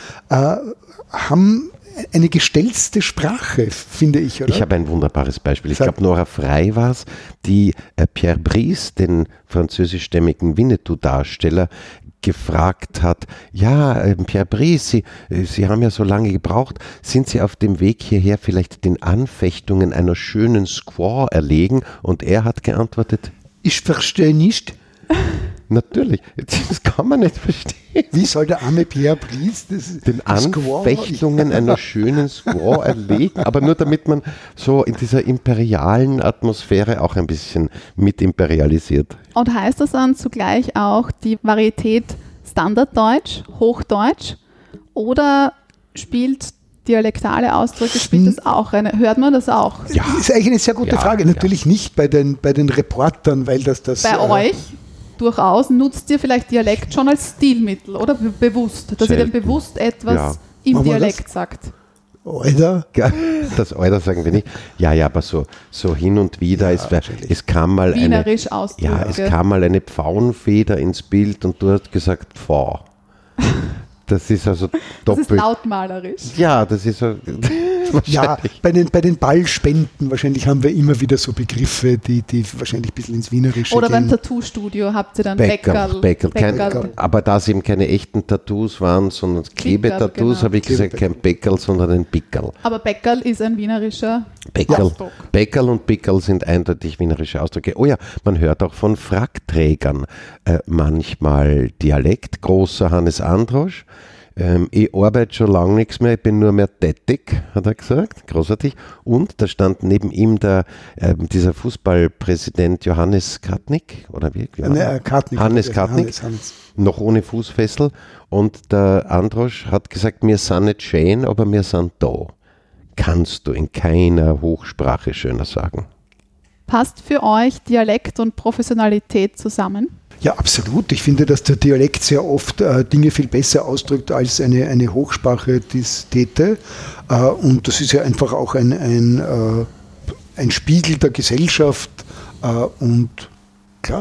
haben eine gestellte Sprache, finde ich, oder? Ich habe ein wunderbares Beispiel. Ich glaube, Nora Frey war es, die Pierre Brice, den französischstämmigen Winnetou-Darsteller, gefragt hat: Ja, Pierre Brice, Sie haben ja so lange gebraucht, sind Sie auf dem Weg hierher vielleicht den Anfechtungen einer schönen Squaw erlegen? Und er hat geantwortet: Ich verstehe nicht. Natürlich, das kann man nicht verstehen. Wie soll der arme Pierre Brice den Anfechtungen einer schönen Squaw erlegen, aber nur damit man so in dieser imperialen Atmosphäre auch ein bisschen mit imperialisiert. Und heißt das dann zugleich auch die Varietät Standarddeutsch, Hochdeutsch, oder spielt dialektale Ausdrücke spielt das auch eine. Hört man das auch? Ja. Das ist eigentlich eine sehr gute Frage. Natürlich nicht bei den Reportern, weil das bei euch durchaus nutzt ihr vielleicht Dialekt schon als Stilmittel oder bewusst, dass ihr dann bewusst etwas im Dialekt sagt. Alter? Das Alter sagen wir nicht. Ja, aber so hin und wieder. Es kam mal Wienerisch Ausdrücke. Ja, es kam mal eine Pfauenfeder ins Bild und du hast gesagt, Pfau. Das ist also doppelt. Das ist lautmalerisch. Ja, das ist so. Ja, bei den Ballspenden wahrscheinlich haben wir immer wieder so Begriffe, die wahrscheinlich ein bisschen ins Wienerische oder gehen. beim Tattoo-Studio habt ihr dann Bäckerl. Aber da es eben keine echten Tattoos waren, sondern Klebetattoos, genau. Habe ich gesagt, kein Bäckerl, sondern ein Pickerl. Aber Bäckerl ist ein wienerischer Ausdruck. Bäckerl und Pickerl sind eindeutig wienerische Ausdrücke. Oh ja, man hört auch von Frackträgern manchmal Dialekt. Großer Hannes Androsch. Ich arbeite schon lange nichts mehr, ich bin nur mehr tätig, hat er gesagt, großartig. Und da stand neben ihm dieser Fußballpräsident Johannes Kartnick, oder wie? Kartnick. Hannes Kartnick, noch ohne Fußfessel. Und der Androsch hat gesagt, wir sind nicht schön, aber wir sind da. Kannst du in keiner Hochsprache schöner sagen. Passt für euch Dialekt und Professionalität zusammen? Ja, absolut. Ich finde, dass der Dialekt sehr oft Dinge viel besser ausdrückt als eine Hochsprache dies täte. Und das ist ja einfach auch ein Spiegel der Gesellschaft. Und klar.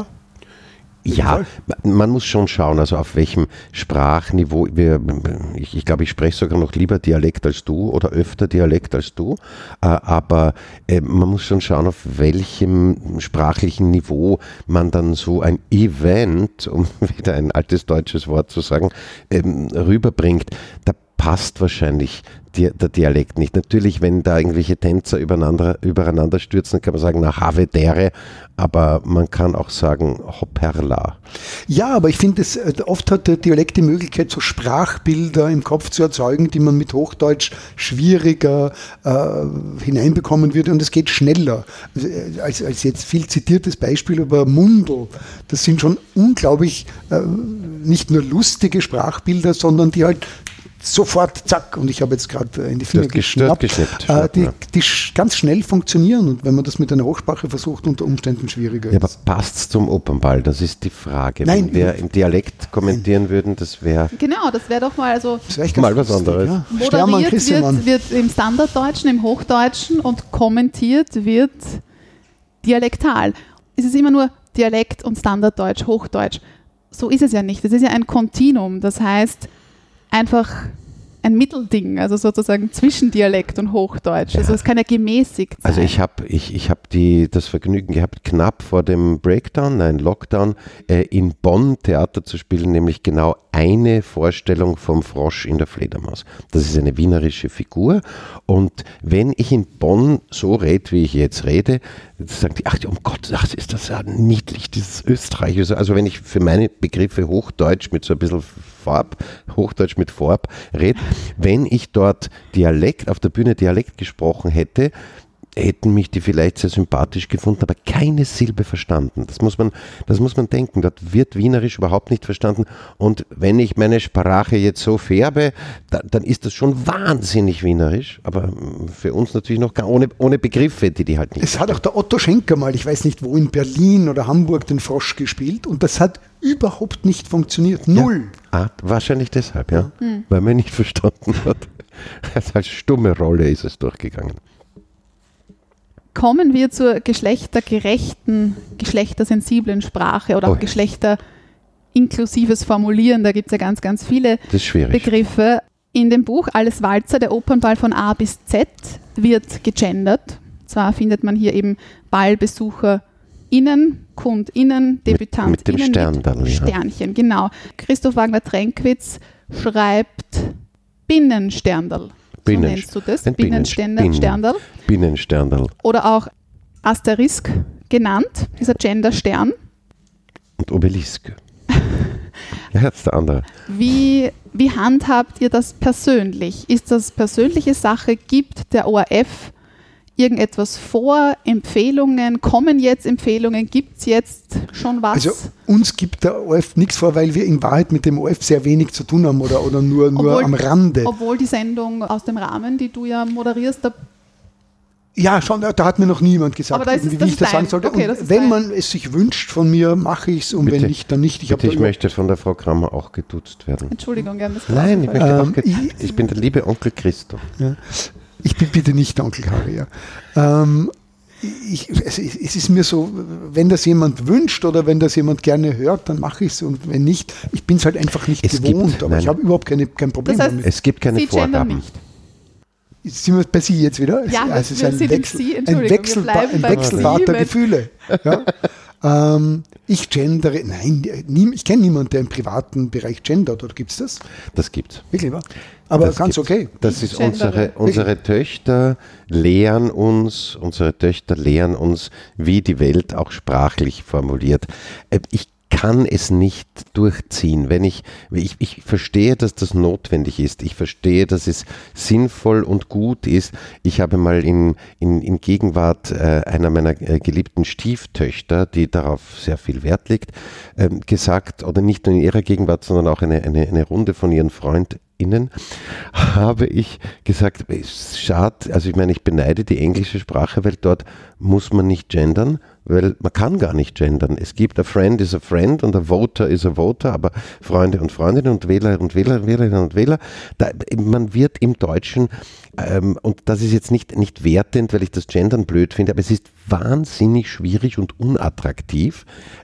Ja, man muss schon schauen, also auf welchem Sprachniveau, ich glaube, ich spreche sogar noch lieber Dialekt als du oder öfter Dialekt als du, aber man muss schon schauen, auf welchem sprachlichen Niveau man dann so ein Event, um wieder ein altes deutsches Wort zu sagen, rüberbringt. Da passt wahrscheinlich der Dialekt nicht. Natürlich, wenn da irgendwelche Tänzer übereinander stürzen, kann man sagen, na Havedere, aber man kann auch sagen Hopperla. Ja, aber ich finde, oft hat der Dialekt die Möglichkeit, so Sprachbilder im Kopf zu erzeugen, die man mit Hochdeutsch schwieriger hineinbekommen würde und es geht schneller. Als jetzt viel zitiertes Beispiel über Mundl. Das sind schon unglaublich nicht nur lustige Sprachbilder, sondern die halt sofort, zack, und ich habe jetzt gerade in die Finger geschnappt, die ganz schnell funktionieren und wenn man das mit einer Hochsprache versucht, unter Umständen schwieriger ist. Ja, aber passt es zum Opernball? Das ist die Frage. Nein, wenn wir im Dialekt kommentieren würden, das wäre... Genau, das wäre doch mal mal was anderes. Ja. Moderiert wird im Standarddeutschen, im Hochdeutschen und kommentiert wird dialektal. Es ist immer nur Dialekt und Standarddeutsch, Hochdeutsch. So ist es ja nicht. Es ist ja ein Kontinuum, das heißt einfach ein Mittelding, also sozusagen zwischen Dialekt und Hochdeutsch. Ja. Also es kann ja gemäßigt sein. Also ich hab das Vergnügen gehabt, knapp vor dem Lockdown, in Bonn Theater zu spielen, nämlich genau eine Vorstellung vom Frosch in der Fledermaus. Das ist eine wienerische Figur und wenn ich in Bonn so rede, wie ich jetzt rede, sagen die, ach um Gott, ist das ja niedlich, dieses Österreich. Also wenn ich für meine Begriffe Hochdeutsch mit so ein bisschen Hochdeutsch mit Farb rede, wenn ich dort auf der Bühne Dialekt gesprochen hätte, hätten mich die vielleicht sehr sympathisch gefunden, aber keine Silbe verstanden. Das muss man denken. Dort wird Wienerisch überhaupt nicht verstanden. Und wenn ich meine Sprache jetzt so färbe, dann ist das schon wahnsinnig Wienerisch. Aber für uns natürlich noch gar ohne Begriffe, die halt nicht. Es hat auch der Otto Schenker mal, ich weiß nicht wo, in Berlin oder Hamburg den Frosch gespielt und das hat überhaupt nicht funktioniert. Null. Ja. Wahrscheinlich deshalb, ja. Weil man nicht verstanden hat. Also als stumme Rolle ist es durchgegangen. Kommen wir zur geschlechtergerechten, geschlechtersensiblen Sprache oder auch geschlechterinklusives Formulieren. Da gibt es ja ganz, ganz viele Begriffe. In dem Buch Alles Walzer, der Opernball von A bis Z wird gegendert. Zwar findet man hier eben BallbesucherInnen, KundInnen, DebütantInnen mit dem Sternchen, genau. Christoph Wagner-Trenkwitz schreibt Binnensterndl. So nennst du das? Binnensterndl. Binnensterndl. Oder auch Asterisk genannt, dieser Genderstern. Und Obelisk. Ja, jetzt der andere. Wie handhabt ihr das persönlich? Ist das persönliche Sache? Gibt der ORF irgendetwas vor, Empfehlungen, kommen jetzt Empfehlungen, gibt es jetzt schon was? Also uns gibt der ORF nichts vor, weil wir in Wahrheit mit dem ORF sehr wenig zu tun haben oder nur am Rande. Obwohl die Sendung aus dem Rahmen, die du ja moderierst, ja, schon, da hat mir noch niemand gesagt, wie ich das sagen sollte. Okay, und wenn man es sich wünscht von mir, mache ich es und bitte, wenn nicht, dann nicht. Ich möchte von der Frau Kramer auch geduzt werden. Entschuldigung, gern. Nein, ich möchte auch ich bin der liebe Onkel Christoph. Ja. Ich bin bitte nicht der Onkel Harry. Ja. Es ist mir so, wenn das jemand wünscht oder wenn das jemand gerne hört, dann mache ich es und wenn nicht, ich bin es halt einfach nicht gewohnt, aber ich habe überhaupt kein Problem damit. Es gibt keine Vorgaben. Sind wir bei Sie jetzt wieder? Ja, also es ist ein Wechselbad der Gefühle. Ja. Ich gendere, nein, ich kenne niemanden, der im privaten Bereich gendert, oder gibt es das? Das gibt's. Wirklich, wahr? Aber das ganz gibt's. Okay. Das ist unsere Töchter lehren uns, wie die Welt auch sprachlich formuliert. Ich kann es nicht durchziehen. Ich verstehe, dass das notwendig ist. Ich verstehe, dass es sinnvoll und gut ist. Ich habe mal in Gegenwart einer meiner geliebten Stieftöchter, die darauf sehr viel Wert legt, gesagt, oder nicht nur in ihrer Gegenwart, sondern auch eine Runde von ihren FreundInnen, habe ich gesagt, schade, also ich meine, ich beneide die englische Sprache, weil dort muss man nicht gendern, weil man kann gar nicht gendern. Es gibt a friend is a friend und a voter is a voter, aber Freunde und Freundinnen und Wähler und Wählerinnen und Wähler, man wird im Deutschen, und das ist jetzt nicht wertend, weil ich das Gendern blöd finde, aber es ist wahnsinnig schwierig und unattraktiv,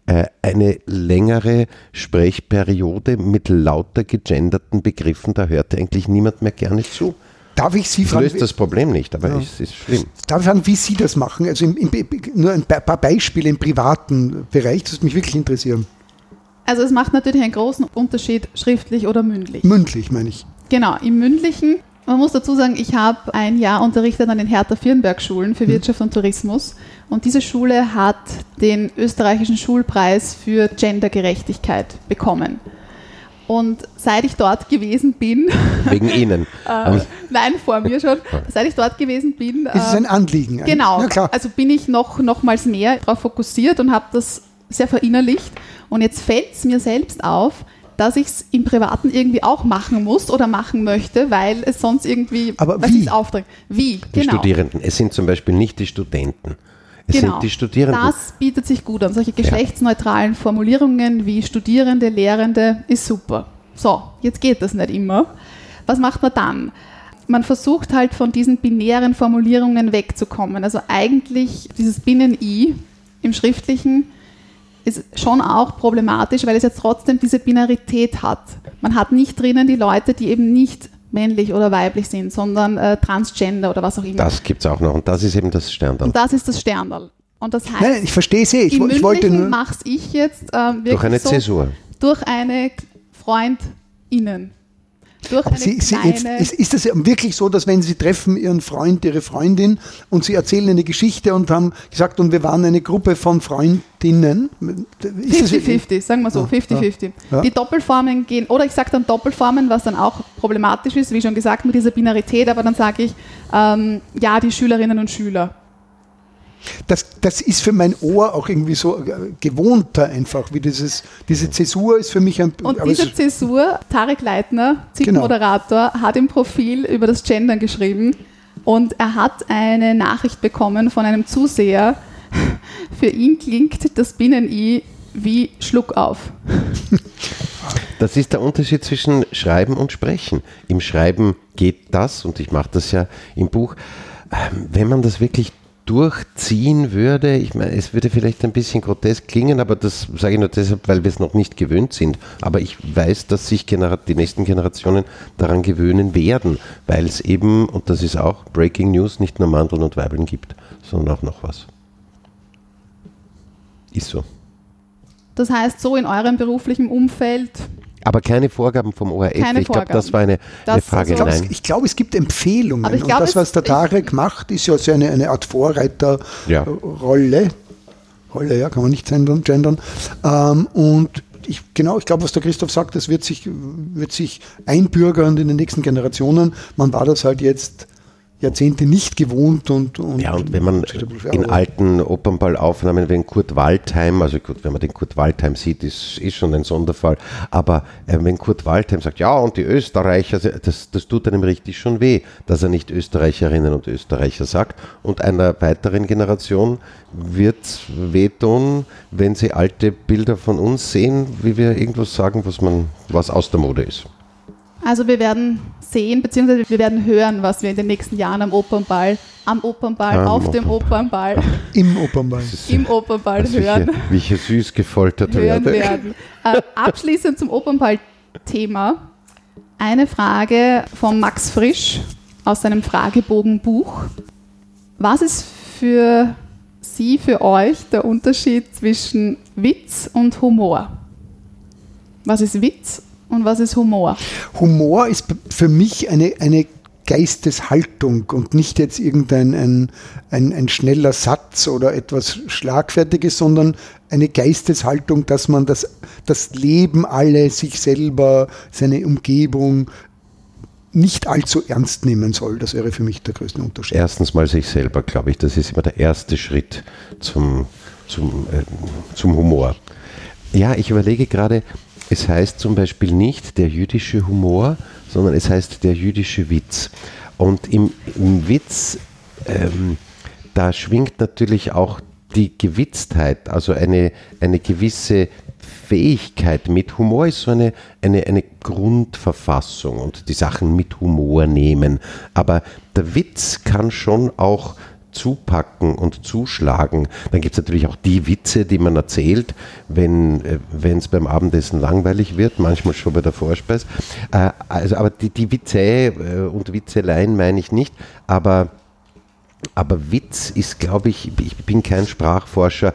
eine längere Sprechperiode mit lauter gegenderten Begriffen, da hört eigentlich niemand mehr gerne zu. Darf ich Sie fragen? Das löst das Problem nicht, aber es ist schlimm. Darf ich fragen, wie Sie das machen? Also nur ein paar Beispiele im privaten Bereich, das würde mich wirklich interessieren. Also es macht natürlich einen großen Unterschied, schriftlich oder mündlich. Mündlich, meine ich. Genau, im Mündlichen, man muss dazu sagen, ich habe ein Jahr unterrichtet an den Hertha-Firnberg-Schulen für Wirtschaft und Tourismus und diese Schule hat den österreichischen Schulpreis für Gendergerechtigkeit bekommen. Und seit ich dort gewesen bin... Wegen Ihnen? Nein, vor mir schon. Seit ich dort gewesen bin... Ist es ein Anliegen? Genau. Ja, klar. Also bin ich nochmals mehr darauf fokussiert und habe das sehr verinnerlicht. Und jetzt fällt es mir selbst auf, dass ich es im Privaten irgendwie auch machen muss oder machen möchte, weil es sonst irgendwie... Aber wie? Aufdrängt. Wie? Die Studierenden. Es sind zum Beispiel nicht die Studenten. Es sind die Studierenden. Das bietet sich gut an. Solche geschlechtsneutralen Formulierungen wie Studierende, Lehrende ist super. So, jetzt geht das nicht immer. Was macht man dann? Man versucht halt von diesen binären Formulierungen wegzukommen. Also eigentlich dieses Binnen-I im Schriftlichen ist schon auch problematisch, weil es jetzt trotzdem diese Binarität hat. Man hat nicht drinnen die Leute, die eben nicht männlich oder weiblich sind, sondern Transgender oder was auch immer. Das gibt es auch noch und das ist eben das Sterndal. Und das ist das Sterndal. Und das heißt, nein, ich verstehe es eh. Ich wollte nur... mache ich jetzt wirklich durch eine Zäsur. Durch eine FreundInnen. Ist das wirklich so, dass wenn Sie treffen Ihren Freund, Ihre Freundin und Sie erzählen eine Geschichte und haben gesagt, und wir waren eine Gruppe von Freundinnen? 50-50, sagen wir so, 50-50. Ja. Die Doppelformen gehen, oder ich sage dann Doppelformen, was dann auch problematisch ist, wie schon gesagt, mit dieser Binarität, aber dann sage ich, ja, die Schülerinnen und Schüler. Das ist für mein Ohr auch irgendwie so gewohnter einfach, wie diese Zäsur ist für mich ein... Und diese Zäsur, Tarek Leitner, ZIP-Moderator, hat im Profil über das Gendern geschrieben und er hat eine Nachricht bekommen von einem Zuseher, für ihn klingt das Binnen-I wie Schluck auf. Das ist der Unterschied zwischen Schreiben und Sprechen. Im Schreiben geht das, und ich mache das ja im Buch, wenn man das wirklich durchziehen würde, ich meine, es würde vielleicht ein bisschen grotesk klingen, aber das sage ich nur deshalb, weil wir es noch nicht gewöhnt sind. Aber ich weiß, dass sich die nächsten Generationen daran gewöhnen werden, weil es eben, und das ist auch Breaking News, nicht nur Mandeln und Weibeln gibt, sondern auch noch was. Ist so. Das heißt, so in eurem beruflichen Umfeld... Aber keine Vorgaben vom ORF. Ich glaube, das war eine Frage. Also ich glaube, es gibt Empfehlungen. Und das, was der Tarek macht, ist ja so eine Art Vorreiterrolle. Rolle, ja, kann man nicht gendern. Und ich glaube, was der Christoph sagt, das wird sich einbürgern in den nächsten Generationen. Man war das halt jetzt Jahrzehnte nicht gewohnt und wenn man in alten Opernballaufnahmen, wenn Kurt Waldheim, also gut, wenn man den Kurt Waldheim sieht, ist schon ein Sonderfall, aber wenn Kurt Waldheim sagt, ja, und die Österreicher, das tut einem richtig schon weh, dass er nicht Österreicherinnen und Österreicher sagt, und einer weiteren Generation wird es wehtun, wenn sie alte Bilder von uns sehen, wie wir irgendwas sagen, was aus der Mode ist. Also wir werden sehen, beziehungsweise wir werden hören, was wir in den nächsten Jahren am Opernball, auf dem Opernball, im Opernball hören. Wie ich hier süß gefoltert werden. Abschließend zum Opernball-Thema eine Frage von Max Frisch aus seinem Fragebogenbuch. Was ist für Sie, für euch der Unterschied zwischen Witz und Humor? Was ist Witz und was ist Humor? Humor ist für mich eine Geisteshaltung und nicht jetzt irgendein ein schneller Satz oder etwas Schlagfertiges, sondern eine Geisteshaltung, dass man das Leben, alle, sich selber, seine Umgebung nicht allzu ernst nehmen soll. Das wäre für mich der größte Unterschied. Erstens mal sich selber, glaube ich. Das ist immer der erste Schritt zum Humor. Ja, ich überlege gerade, es heißt zum Beispiel nicht der jüdische Humor, sondern es heißt der jüdische Witz. Und im Witz, da schwingt natürlich auch die Gewitztheit, also eine gewisse Fähigkeit mit. Humor ist so eine Grundverfassung und die Sachen mit Humor nehmen. Aber der Witz kann schon auch zupacken und zuschlagen. Dann gibt es natürlich auch die Witze, die man erzählt, wenn es beim Abendessen langweilig wird, manchmal schon bei der Vorspeise. Aber die Witze und Witzeleien meine ich nicht, aber Witz ist, glaube ich bin kein Sprachforscher,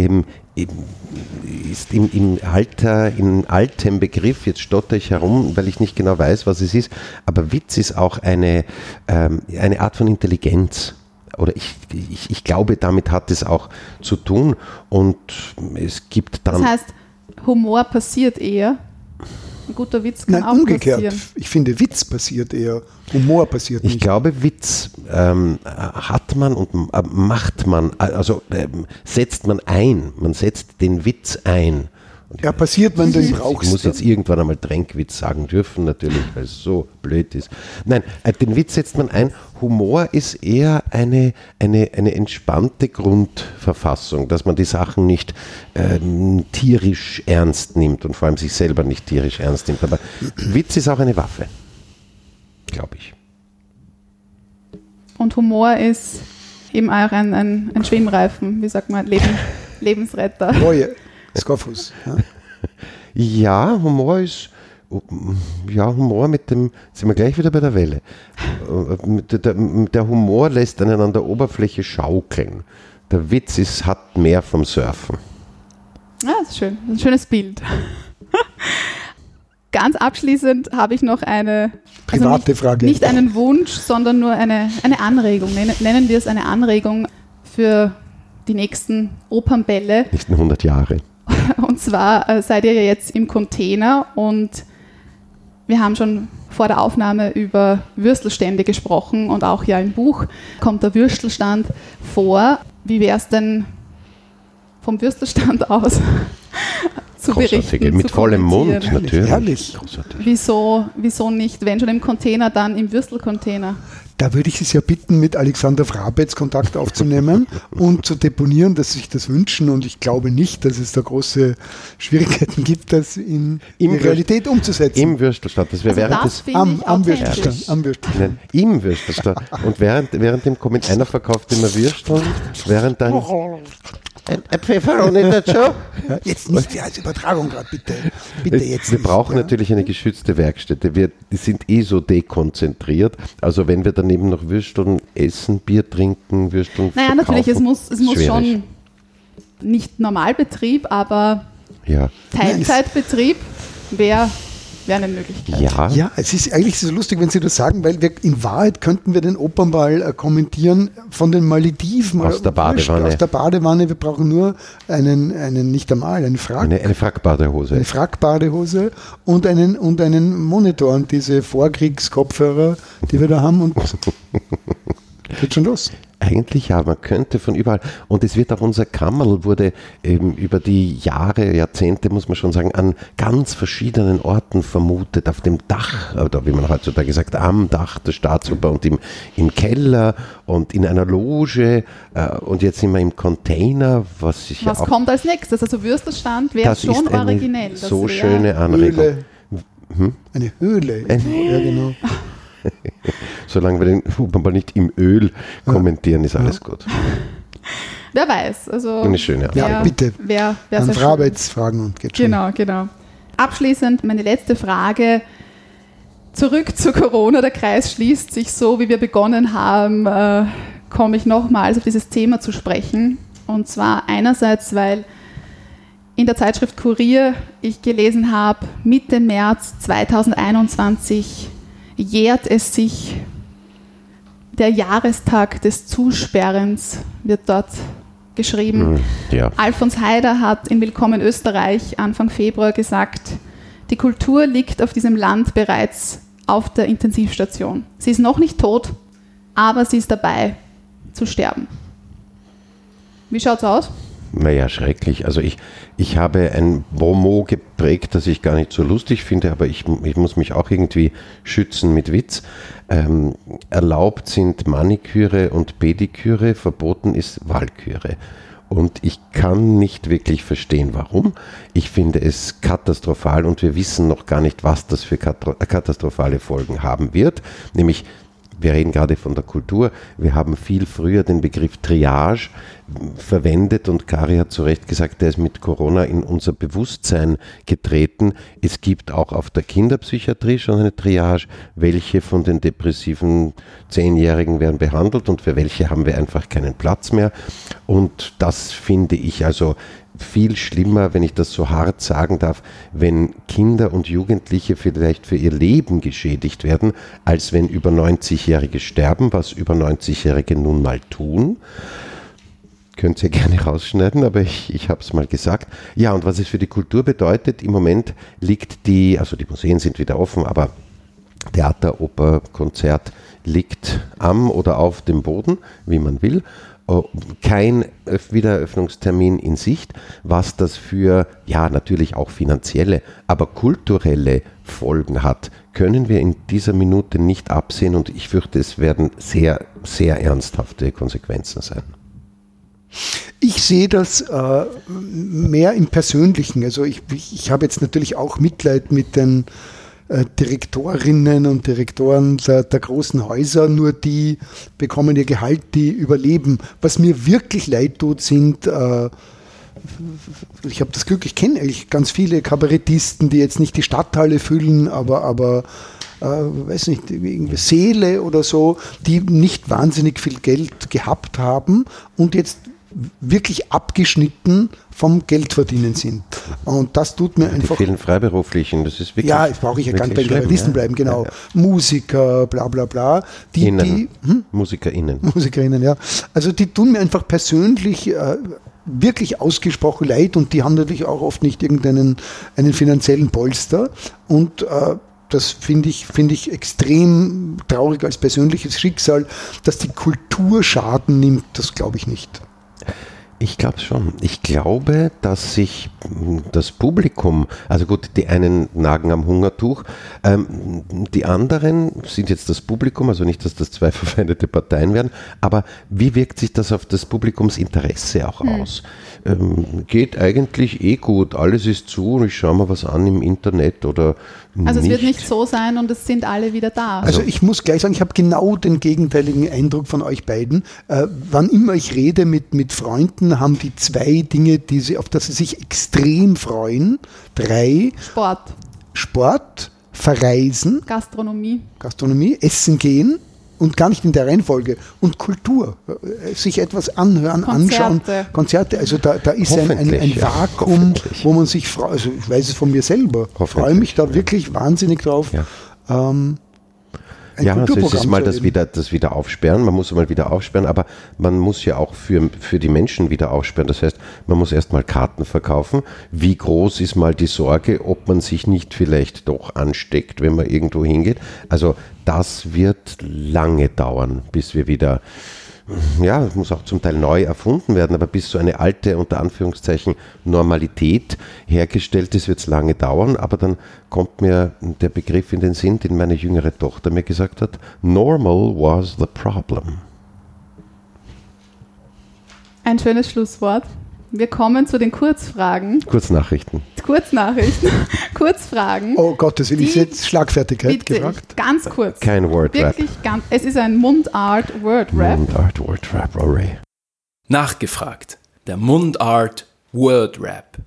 ist im altem Begriff, jetzt stotter ich herum, weil ich nicht genau weiß, was es ist, aber Witz ist auch eine Art von Intelligenz. Oder ich glaube, damit hat es auch zu tun, und es gibt dann... Das heißt, Humor passiert eher? Ein guter Witz kann auch umgekehrt. passieren. Ich finde, Witz passiert eher, Humor passiert nicht. Ich glaube, Witz hat man und macht man, also setzt man ein, man setzt den Witz ein. Ja, passiert, wenn du ihn brauchst. Ich muss jetzt irgendwann einmal Tränkwitz sagen dürfen, natürlich, weil es so blöd ist. Nein, den Witz setzt man ein. Humor ist eher eine entspannte Grundverfassung, dass man die Sachen nicht tierisch ernst nimmt und vor allem sich selber nicht tierisch ernst nimmt. Aber Witz ist auch eine Waffe, glaube ich. Und Humor ist eben auch ein Schwimmreifen, wie sagt man, Lebensretter. Reue. Skorfus. Ja, Humor mit dem, sind wir gleich wieder bei der Welle. Der Humor lässt einen an der Oberfläche schaukeln. Der Witz hat mehr vom Surfen. Ja, das ist schön. Das ist ein schönes Bild. Ganz abschließend habe ich noch eine private Frage. Nicht einen Wunsch, sondern nur eine Anregung. Nennen wir es eine Anregung für die nächsten Opernbälle. Nächsten 100 Jahre. Und zwar seid ihr ja jetzt im Container und wir haben schon vor der Aufnahme über Würstelstände gesprochen und auch ja im Buch kommt der Würstelstand vor. Wie wäre es denn vom Würstelstand aus zu berichten? Mit vollem Mund, natürlich. Herrlich. Wieso nicht, wenn schon im Container, dann im Würstelcontainer? Da würde ich Sie ja bitten, mit Alexander Frabetz Kontakt aufzunehmen und zu deponieren, dass Sie sich das wünschen. Und ich glaube nicht, dass es da große Schwierigkeiten gibt, das in die Realität umzusetzen. Im Würstelstand. Das wäre am Würstelstand. Nein, im Würstelstand. Und während dem kommt einer verkauft immer Würsteln, während dann ein Pfefferoni dazu. Jetzt nicht als Übertragung gerade, bitte jetzt. Wir brauchen natürlich eine geschützte Werkstätte. Wir sind so dekonzentriert. Also wenn wir daneben noch Würsteln essen, Bier trinken, Würsteln verkaufen. Naja, natürlich, es muss schon nicht Normalbetrieb, aber ja. Teilzeitbetrieb wäre eine Möglichkeit. Ja, es ist eigentlich so lustig, wenn Sie das sagen, weil in Wahrheit könnten wir den Opernball kommentieren von den Malediven. Aus der Badewanne. Aus der Badewanne. Wir brauchen nur einen Frack. Eine Frackbadehose. Eine Frackbadehose und einen Monitor und diese Vorkriegskopfhörer, die wir da haben. Und Geht schon los. Eigentlich ja, man könnte von überall. Und es wird auch unser Kammerl wurde über die Jahre, Jahrzehnte, muss man schon sagen, an ganz verschiedenen Orten vermutet. Auf dem Dach, oder wie man heutzutage sagt, am Dach der Staatsoper und im Keller und in einer Loge. Und jetzt sind wir im Container. Was kommt als nächstes? Also Würstelstand wäre schon originell. Das so schöne Anregung. Höhle. Eine Höhle. Ja, genau. Solange wir den Huber nicht im Öl kommentieren, ist alles gut. Wer weiß. Also eine schöne Antwort. Ja, bitte. An Frabetz fragen und geht schon. Genau. Abschließend meine letzte Frage. Zurück zu Corona. Der Kreis schließt sich so, wie wir begonnen haben, komme ich nochmals auf dieses Thema zu sprechen. Und zwar einerseits, weil in der Zeitschrift Kurier ich gelesen habe, Mitte März 2021 jährt es sich, der Jahrestag des Zusperrens wird dort geschrieben. Ja. Alfons Haider hat in Willkommen Österreich Anfang Februar gesagt, die Kultur liegt auf diesem Land bereits auf der Intensivstation. Sie ist noch nicht tot, aber sie ist dabei zu sterben. Wie schaut's aus? Naja, schrecklich. Also ich habe ein Bonmot geprägt, das ich gar nicht so lustig finde, aber ich muss mich auch irgendwie schützen mit Witz. Erlaubt sind Maniküre und Pediküre, verboten ist Walküre. Und ich kann nicht wirklich verstehen, warum. Ich finde es katastrophal und wir wissen noch gar nicht, was das für katastrophale Folgen haben wird. Nämlich, wir reden gerade von der Kultur. Wir haben viel früher den Begriff Triage verwendet und Kari hat zu Recht gesagt, der ist mit Corona in unser Bewusstsein getreten. Es gibt auch auf der Kinderpsychiatrie schon eine Triage, welche von den depressiven 10-Jährigen werden behandelt und für welche haben wir einfach keinen Platz mehr. Und das finde ich also viel schlimmer, wenn ich das so hart sagen darf, wenn Kinder und Jugendliche vielleicht für ihr Leben geschädigt werden, als wenn über 90-Jährige sterben, was über 90-Jährige nun mal tun. Könnt ihr gerne rausschneiden, aber ich habe es mal gesagt. Ja, und was es für die Kultur bedeutet, im Moment liegt die Museen sind wieder offen, aber Theater, Oper, Konzert liegt am oder auf dem Boden, wie man will. Kein Wiedereröffnungstermin in Sicht, was das für, ja natürlich auch finanzielle, aber kulturelle Folgen hat, können wir in dieser Minute nicht absehen und ich fürchte, es werden sehr, sehr ernsthafte Konsequenzen sein. Ich sehe das mehr im Persönlichen. Also ich habe jetzt natürlich auch Mitleid mit den Direktorinnen und Direktoren der großen Häuser, nur die bekommen ihr Gehalt, die überleben. Was mir wirklich leid tut, sind, ich habe das Glück, ich kenne eigentlich ganz viele Kabarettisten, die jetzt nicht die Stadthalle füllen, aber weiß nicht, irgendwie Seele oder so, die nicht wahnsinnig viel Geld gehabt haben und jetzt wirklich abgeschnitten vom Geldverdienen sind. Und das tut mir einfach... Die vielen Freiberuflichen, das ist wirklich... Ja, das brauche ich ja gar nicht bei Kabarettisten bleiben, genau. Ja. Musiker, bla bla bla. Musikerinnen, ja. Also die tun mir einfach persönlich wirklich ausgesprochen leid und die haben natürlich auch oft nicht einen finanziellen Polster und das finde ich extrem traurig als persönliches Schicksal, dass die Kultur Schaden nimmt, das glaube ich nicht. Ich glaube schon. Ich glaube, dass sich das Publikum, also gut, die einen nagen am Hungertuch, die anderen sind jetzt das Publikum, also nicht, dass das zwei verfeindete Parteien werden, aber wie wirkt sich das auf das Publikumsinteresse auch aus? Geht eigentlich gut, alles ist zu, ich schaue mal was an im Internet oder also es wird nicht so sein und es sind alle wieder da. Also ich muss gleich sagen, ich habe genau den gegenteiligen Eindruck von euch beiden. Wann immer ich rede mit Freunden, haben die zwei Dinge, auf das sie sich extrem freuen. 3. Sport, Verreisen. Gastronomie, Essen gehen. Und gar nicht in der Reihenfolge. Und Kultur. Sich etwas anhören, anschauen. Konzerte. Also da ist ein Vakuum, wo man sich freut. Also ich weiß es von mir selber. Ich freue mich da wirklich wahnsinnig drauf. Ja. Ja, also es Kulturprogramm ist mal zu das wieder aufsperren, man muss mal wieder aufsperren, aber man muss ja auch für die Menschen wieder aufsperren. Das heißt, man muss erst mal Karten verkaufen. Wie groß ist mal die Sorge, ob man sich nicht vielleicht doch ansteckt, wenn man irgendwo hingeht? Also das wird lange dauern, bis wir wieder, ja, es muss auch zum Teil neu erfunden werden, aber bis so eine alte, unter Anführungszeichen, Normalität hergestellt ist, wird es lange dauern, aber dann kommt mir der Begriff in den Sinn, den meine jüngere Tochter mir gesagt hat, normal was the problem. Ein schönes Schlusswort. Wir kommen zu den Kurzfragen. Kurznachrichten. Kurzfragen. Oh Gottes Willen, ist jetzt Schlagfertigkeit Bitte, gefragt? ganz kurz. Kein Word-Rap. Wirklich ganz. Es ist ein Mundart-Word-Rap. Mundart-Word-Rap, Array. Nachgefragt. Der Mundart Word Rap.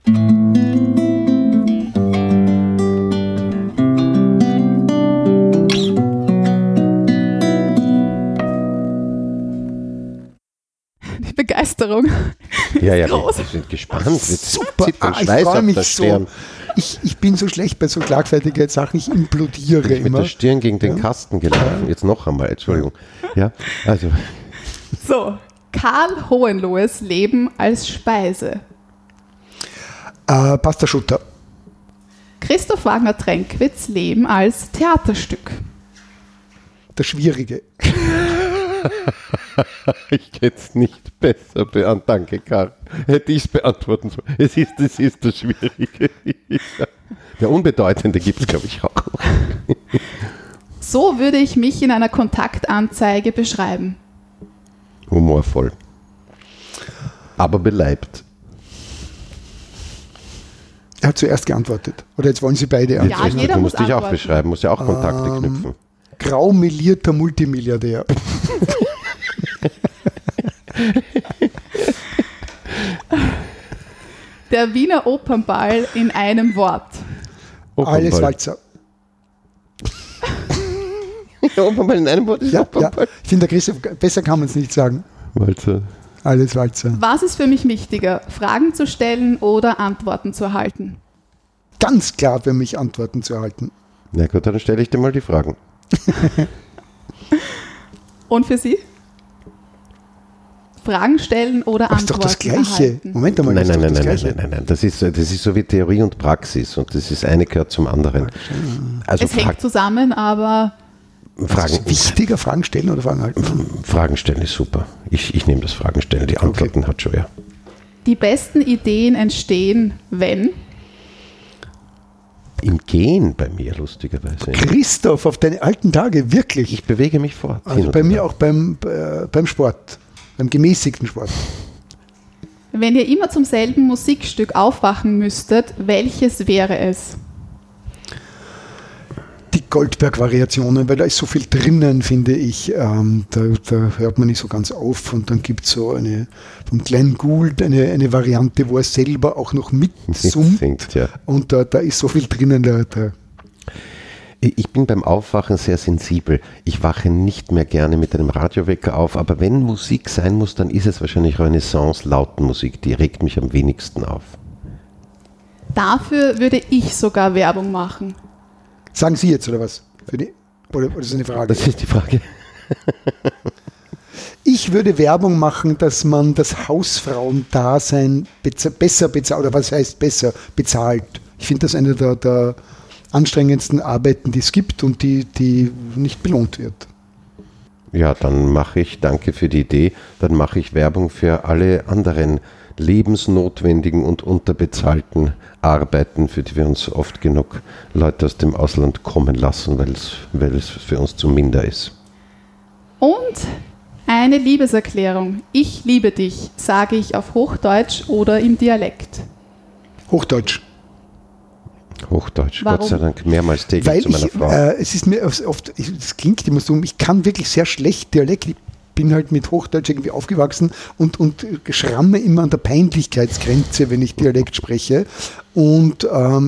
Die Begeisterung. Ja, groß. wir sind gespannt. Super, Zittern, ich Schweiß freue auf mich der so. Stirn. Ich bin so schlecht bei so Schlagfertigkeitssachen, ich implodiere Bin ich mit immer. der Stirn gegen den Kasten gelaufen. Jetzt noch einmal, Entschuldigung. Ja, also So, Karl Hohenlohes Leben als Speise. Pasta Schutter. Christoph Wagner-Trenkwitz Leben als Theaterstück. Das Schwierige. ich hätte es nicht besser beantworten. Danke, Karl. Hätte ich es beantworten sollen. Es ist das Schwierige. Der Unbedeutende gibt es, glaube ich, auch. So würde ich mich in einer Kontaktanzeige beschreiben. Humorvoll. Aber beleibt. Er hat zuerst geantwortet. Oder jetzt wollen Sie beide antworten. Ja, jeder du muss musst dich auch antworten. beschreiben, musst ja auch Kontakte knüpfen. Graumelierter Multimilliardär. Der Wiener Opernball in einem Wort. Alles Walzer. Opernball in einem Wort ist Ja. Opernball. Ich finde, der Christoph, besser kann man es nicht sagen. Walzer. Alles Walzer. Was ist für mich wichtiger, Fragen zu stellen oder Antworten zu erhalten? Ganz klar für mich Antworten zu erhalten. Na gut, dann stelle ich dir mal die Fragen. Und für Sie? Fragen stellen oder Das ist doch Antworten das Gleiche. erhalten? Moment einmal, Nein. das Gleiche. Das ist so wie Theorie und Praxis und das ist eine gehört zum anderen. Also Es hängt zusammen, aber Was ist wichtiger, Fragen stellen oder Fragen halten? Fragen stellen ist super. Ich nehme das Fragen stellen. Die Antworten hat schon wer. die besten Ideen entstehen, wenn? Im Gehen bei mir, lustigerweise. Christoph, auf deine alten Tage, wirklich. Ich bewege mich fort. hin Also und bei mir her. auch beim Sport, beim gemäßigten Sport. Wenn ihr immer zum selben Musikstück aufwachen müsstet, welches wäre es? Die Goldberg-Variationen, weil da ist so viel drinnen, finde ich. Da hört man nicht so ganz auf. Und dann gibt es so eine von Glenn Gould eine Variante, wo er selber auch noch mitsummt. Singt, ja. Und da ist so viel drinnen. Ich bin beim Aufwachen sehr sensibel. Ich wache nicht mehr gerne mit einem Radiowecker auf, aber wenn Musik sein muss, dann ist es wahrscheinlich Renaissance-Lautenmusik. Die regt mich am wenigsten auf. Dafür würde ich sogar Werbung machen. Sagen Sie jetzt, oder was? Oder ist das eine Frage? Das ist die Frage. Ich würde Werbung machen, dass man das Hausfrauendasein besser bezahlt, oder was heißt besser bezahlt. Ich finde das eine der anstrengendsten Arbeiten, die es gibt und die nicht belohnt wird. Ja, dann mache ich, danke für die Idee, dann mache ich Werbung für alle anderen lebensnotwendigen und unterbezahlten Arbeiten, für die wir uns oft genug Leute aus dem Ausland kommen lassen, weil es für uns zu minder ist. Und eine Liebeserklärung. Ich liebe dich, sage ich auf Hochdeutsch oder im Dialekt. Hochdeutsch. Hochdeutsch, Warum? Gott sei Dank mehrmals täglich Weil zu meiner ich, Frau. es ist mir oft, das klingt immer so, ich kann wirklich sehr schlecht Dialekt. Ich bin halt mit Hochdeutsch irgendwie aufgewachsen und schramme immer an der Peinlichkeitsgrenze, wenn ich Dialekt spreche. Und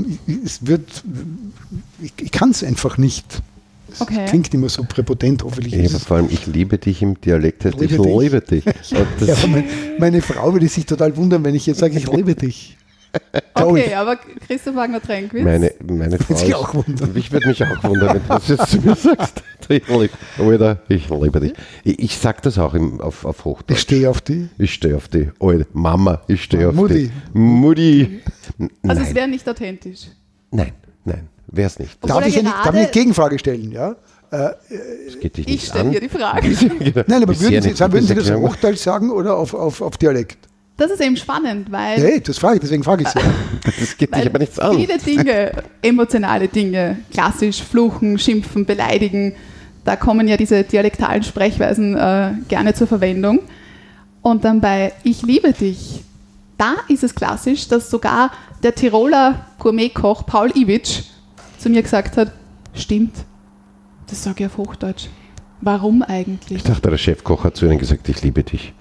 ich kann es einfach nicht. Es Okay. klingt immer so präpotent, hoffentlich. Ja, ist aber es. vor allem, ich liebe dich im Dialekt, heißt ich Liebe dich. liebe dich. Und das, Ja, aber meine Frau würde sich total wundern, wenn ich jetzt sage, ich liebe dich. Okay, aber Christoph Wagner-Tränkwitz? Meine Frau. sich auch wundern. Ich würde mich auch wundern, wenn du das jetzt zu mir sagst. Alter, ich liebe dich. Ich sag das auch auf Hochdeutsch. Ich stehe auf die. Ich stehe auf die. Alter, Mama, ich stehe auf Mutti. die. Mutti. Also es Nein, wäre nicht authentisch. nein, wäre es nicht. Obwohl Darf ich gerade- eine Gegenfrage stellen? Ja? Das geht dich Ich nicht stelle an. hier die Frage. Nein, aber Bisher würden Sie nicht. das Hochdeutsch sagen oder auf Dialekt? Das ist eben spannend, weil, Ja, das frage ich, deswegen frage ich Sie. Das geht dich weil aber nichts an. viele Dinge, emotionale Dinge, klassisch fluchen, schimpfen, beleidigen, da kommen ja diese dialektalen Sprechweisen gerne zur Verwendung. Und dann bei Ich liebe dich, da ist es klassisch, dass sogar der Tiroler Gourmetkoch Paul Iwitsch zu mir gesagt hat, stimmt, das sage ich auf Hochdeutsch. Warum eigentlich? Ich dachte, der Chefkoch hat zu ihnen gesagt, ich liebe dich.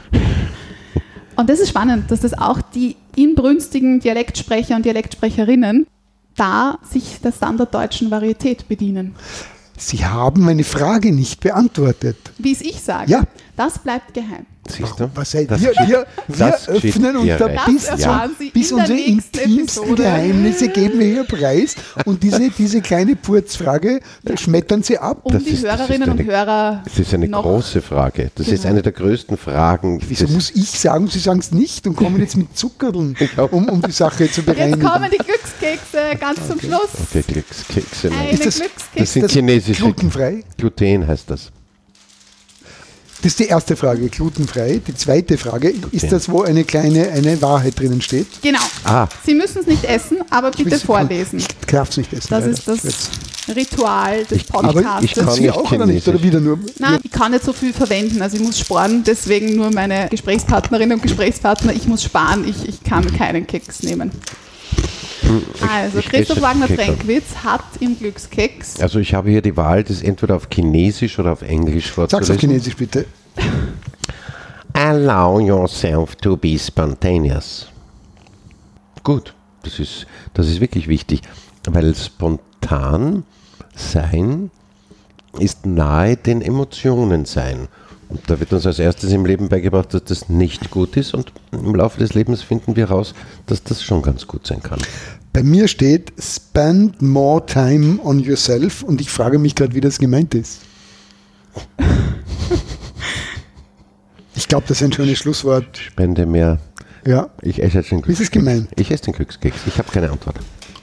Und das ist spannend, dass das auch die inbrünstigen Dialektsprecher und Dialektsprecherinnen da sich der standarddeutschen Varietät bedienen. Sie haben meine Frage nicht beantwortet. Wie es ich sage, Ja. das bleibt geheim. Siehst du? Was seid Das wir? geschieht- Wir das geschieht öffnen dir unter recht. bis, Das erfahren Sie bis in der unsere nächsten intimsten Episode. Geheimnisse geben wir hier preis. Und diese kleine Purzfrage schmettern Sie ab. Um Das die ist- das Hörerinnen ist und Hörer Das ist eine noch große Frage. Das ist Genau. eine der größten Fragen. Wieso des- muss ich sagen, Sie sagen es nicht und kommen jetzt mit Zuckerln, um die Sache zu Jetzt bereinigen? kommen die Glückskekse ganz zum Schluss. Okay, Glückskekse. Eine Ist das- Glückskekse. Das sind chinesische. Glutenfrei? Gluten heißt das. Das ist die erste Frage, glutenfrei. Die zweite Frage, ist das, wo eine Wahrheit drinnen steht? Genau. Ah, Sie müssen es nicht essen, aber bitte Ich vorlesen. Ich darf es nicht essen. Das leider. ist das Ritual des Aber Podcasts. ich kann Sie nicht auch oder nicht? Chinesisch. Oder wieder nur? Nein, ich kann nicht so viel verwenden, also ich muss sparen, deswegen nur meine Gesprächspartnerinnen und Gesprächspartner, ich muss sparen, ich kann keinen Keks nehmen. Also ich Christoph esse Wagner-Tränkwitz hat im Glückskeks, also ich habe hier die Wahl, das entweder auf Chinesisch oder auf Englisch Sag's auf vorzulesen. Chinesisch bitte. Allow yourself to be spontaneous. Gut, das ist wirklich wichtig, weil spontan sein ist nahe den Emotionen sein. Und da wird uns als erstes im Leben beigebracht, dass das nicht gut ist, und im Laufe des Lebens finden wir heraus, dass das schon ganz gut sein kann. Bei mir steht spend more time on yourself und ich frage mich gerade, wie das gemeint ist. Ich glaube, das ist ein schönes Schlusswort. Spende mehr. Ja. Ich esse jetzt den Wie ist es gemeint? Ich esse den Glückskeks. Ich habe keine Antwort.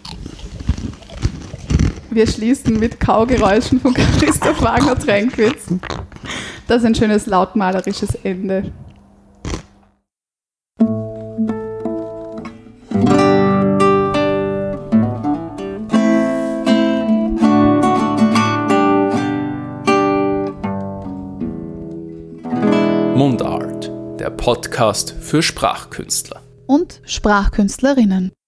wir schließen mit Kaugeräuschen von Christoph Wagner-Tränkwitz. Das ist ein schönes lautmalerisches Ende. Mundart, der Podcast für Sprachkünstler. Und Sprachkünstlerinnen.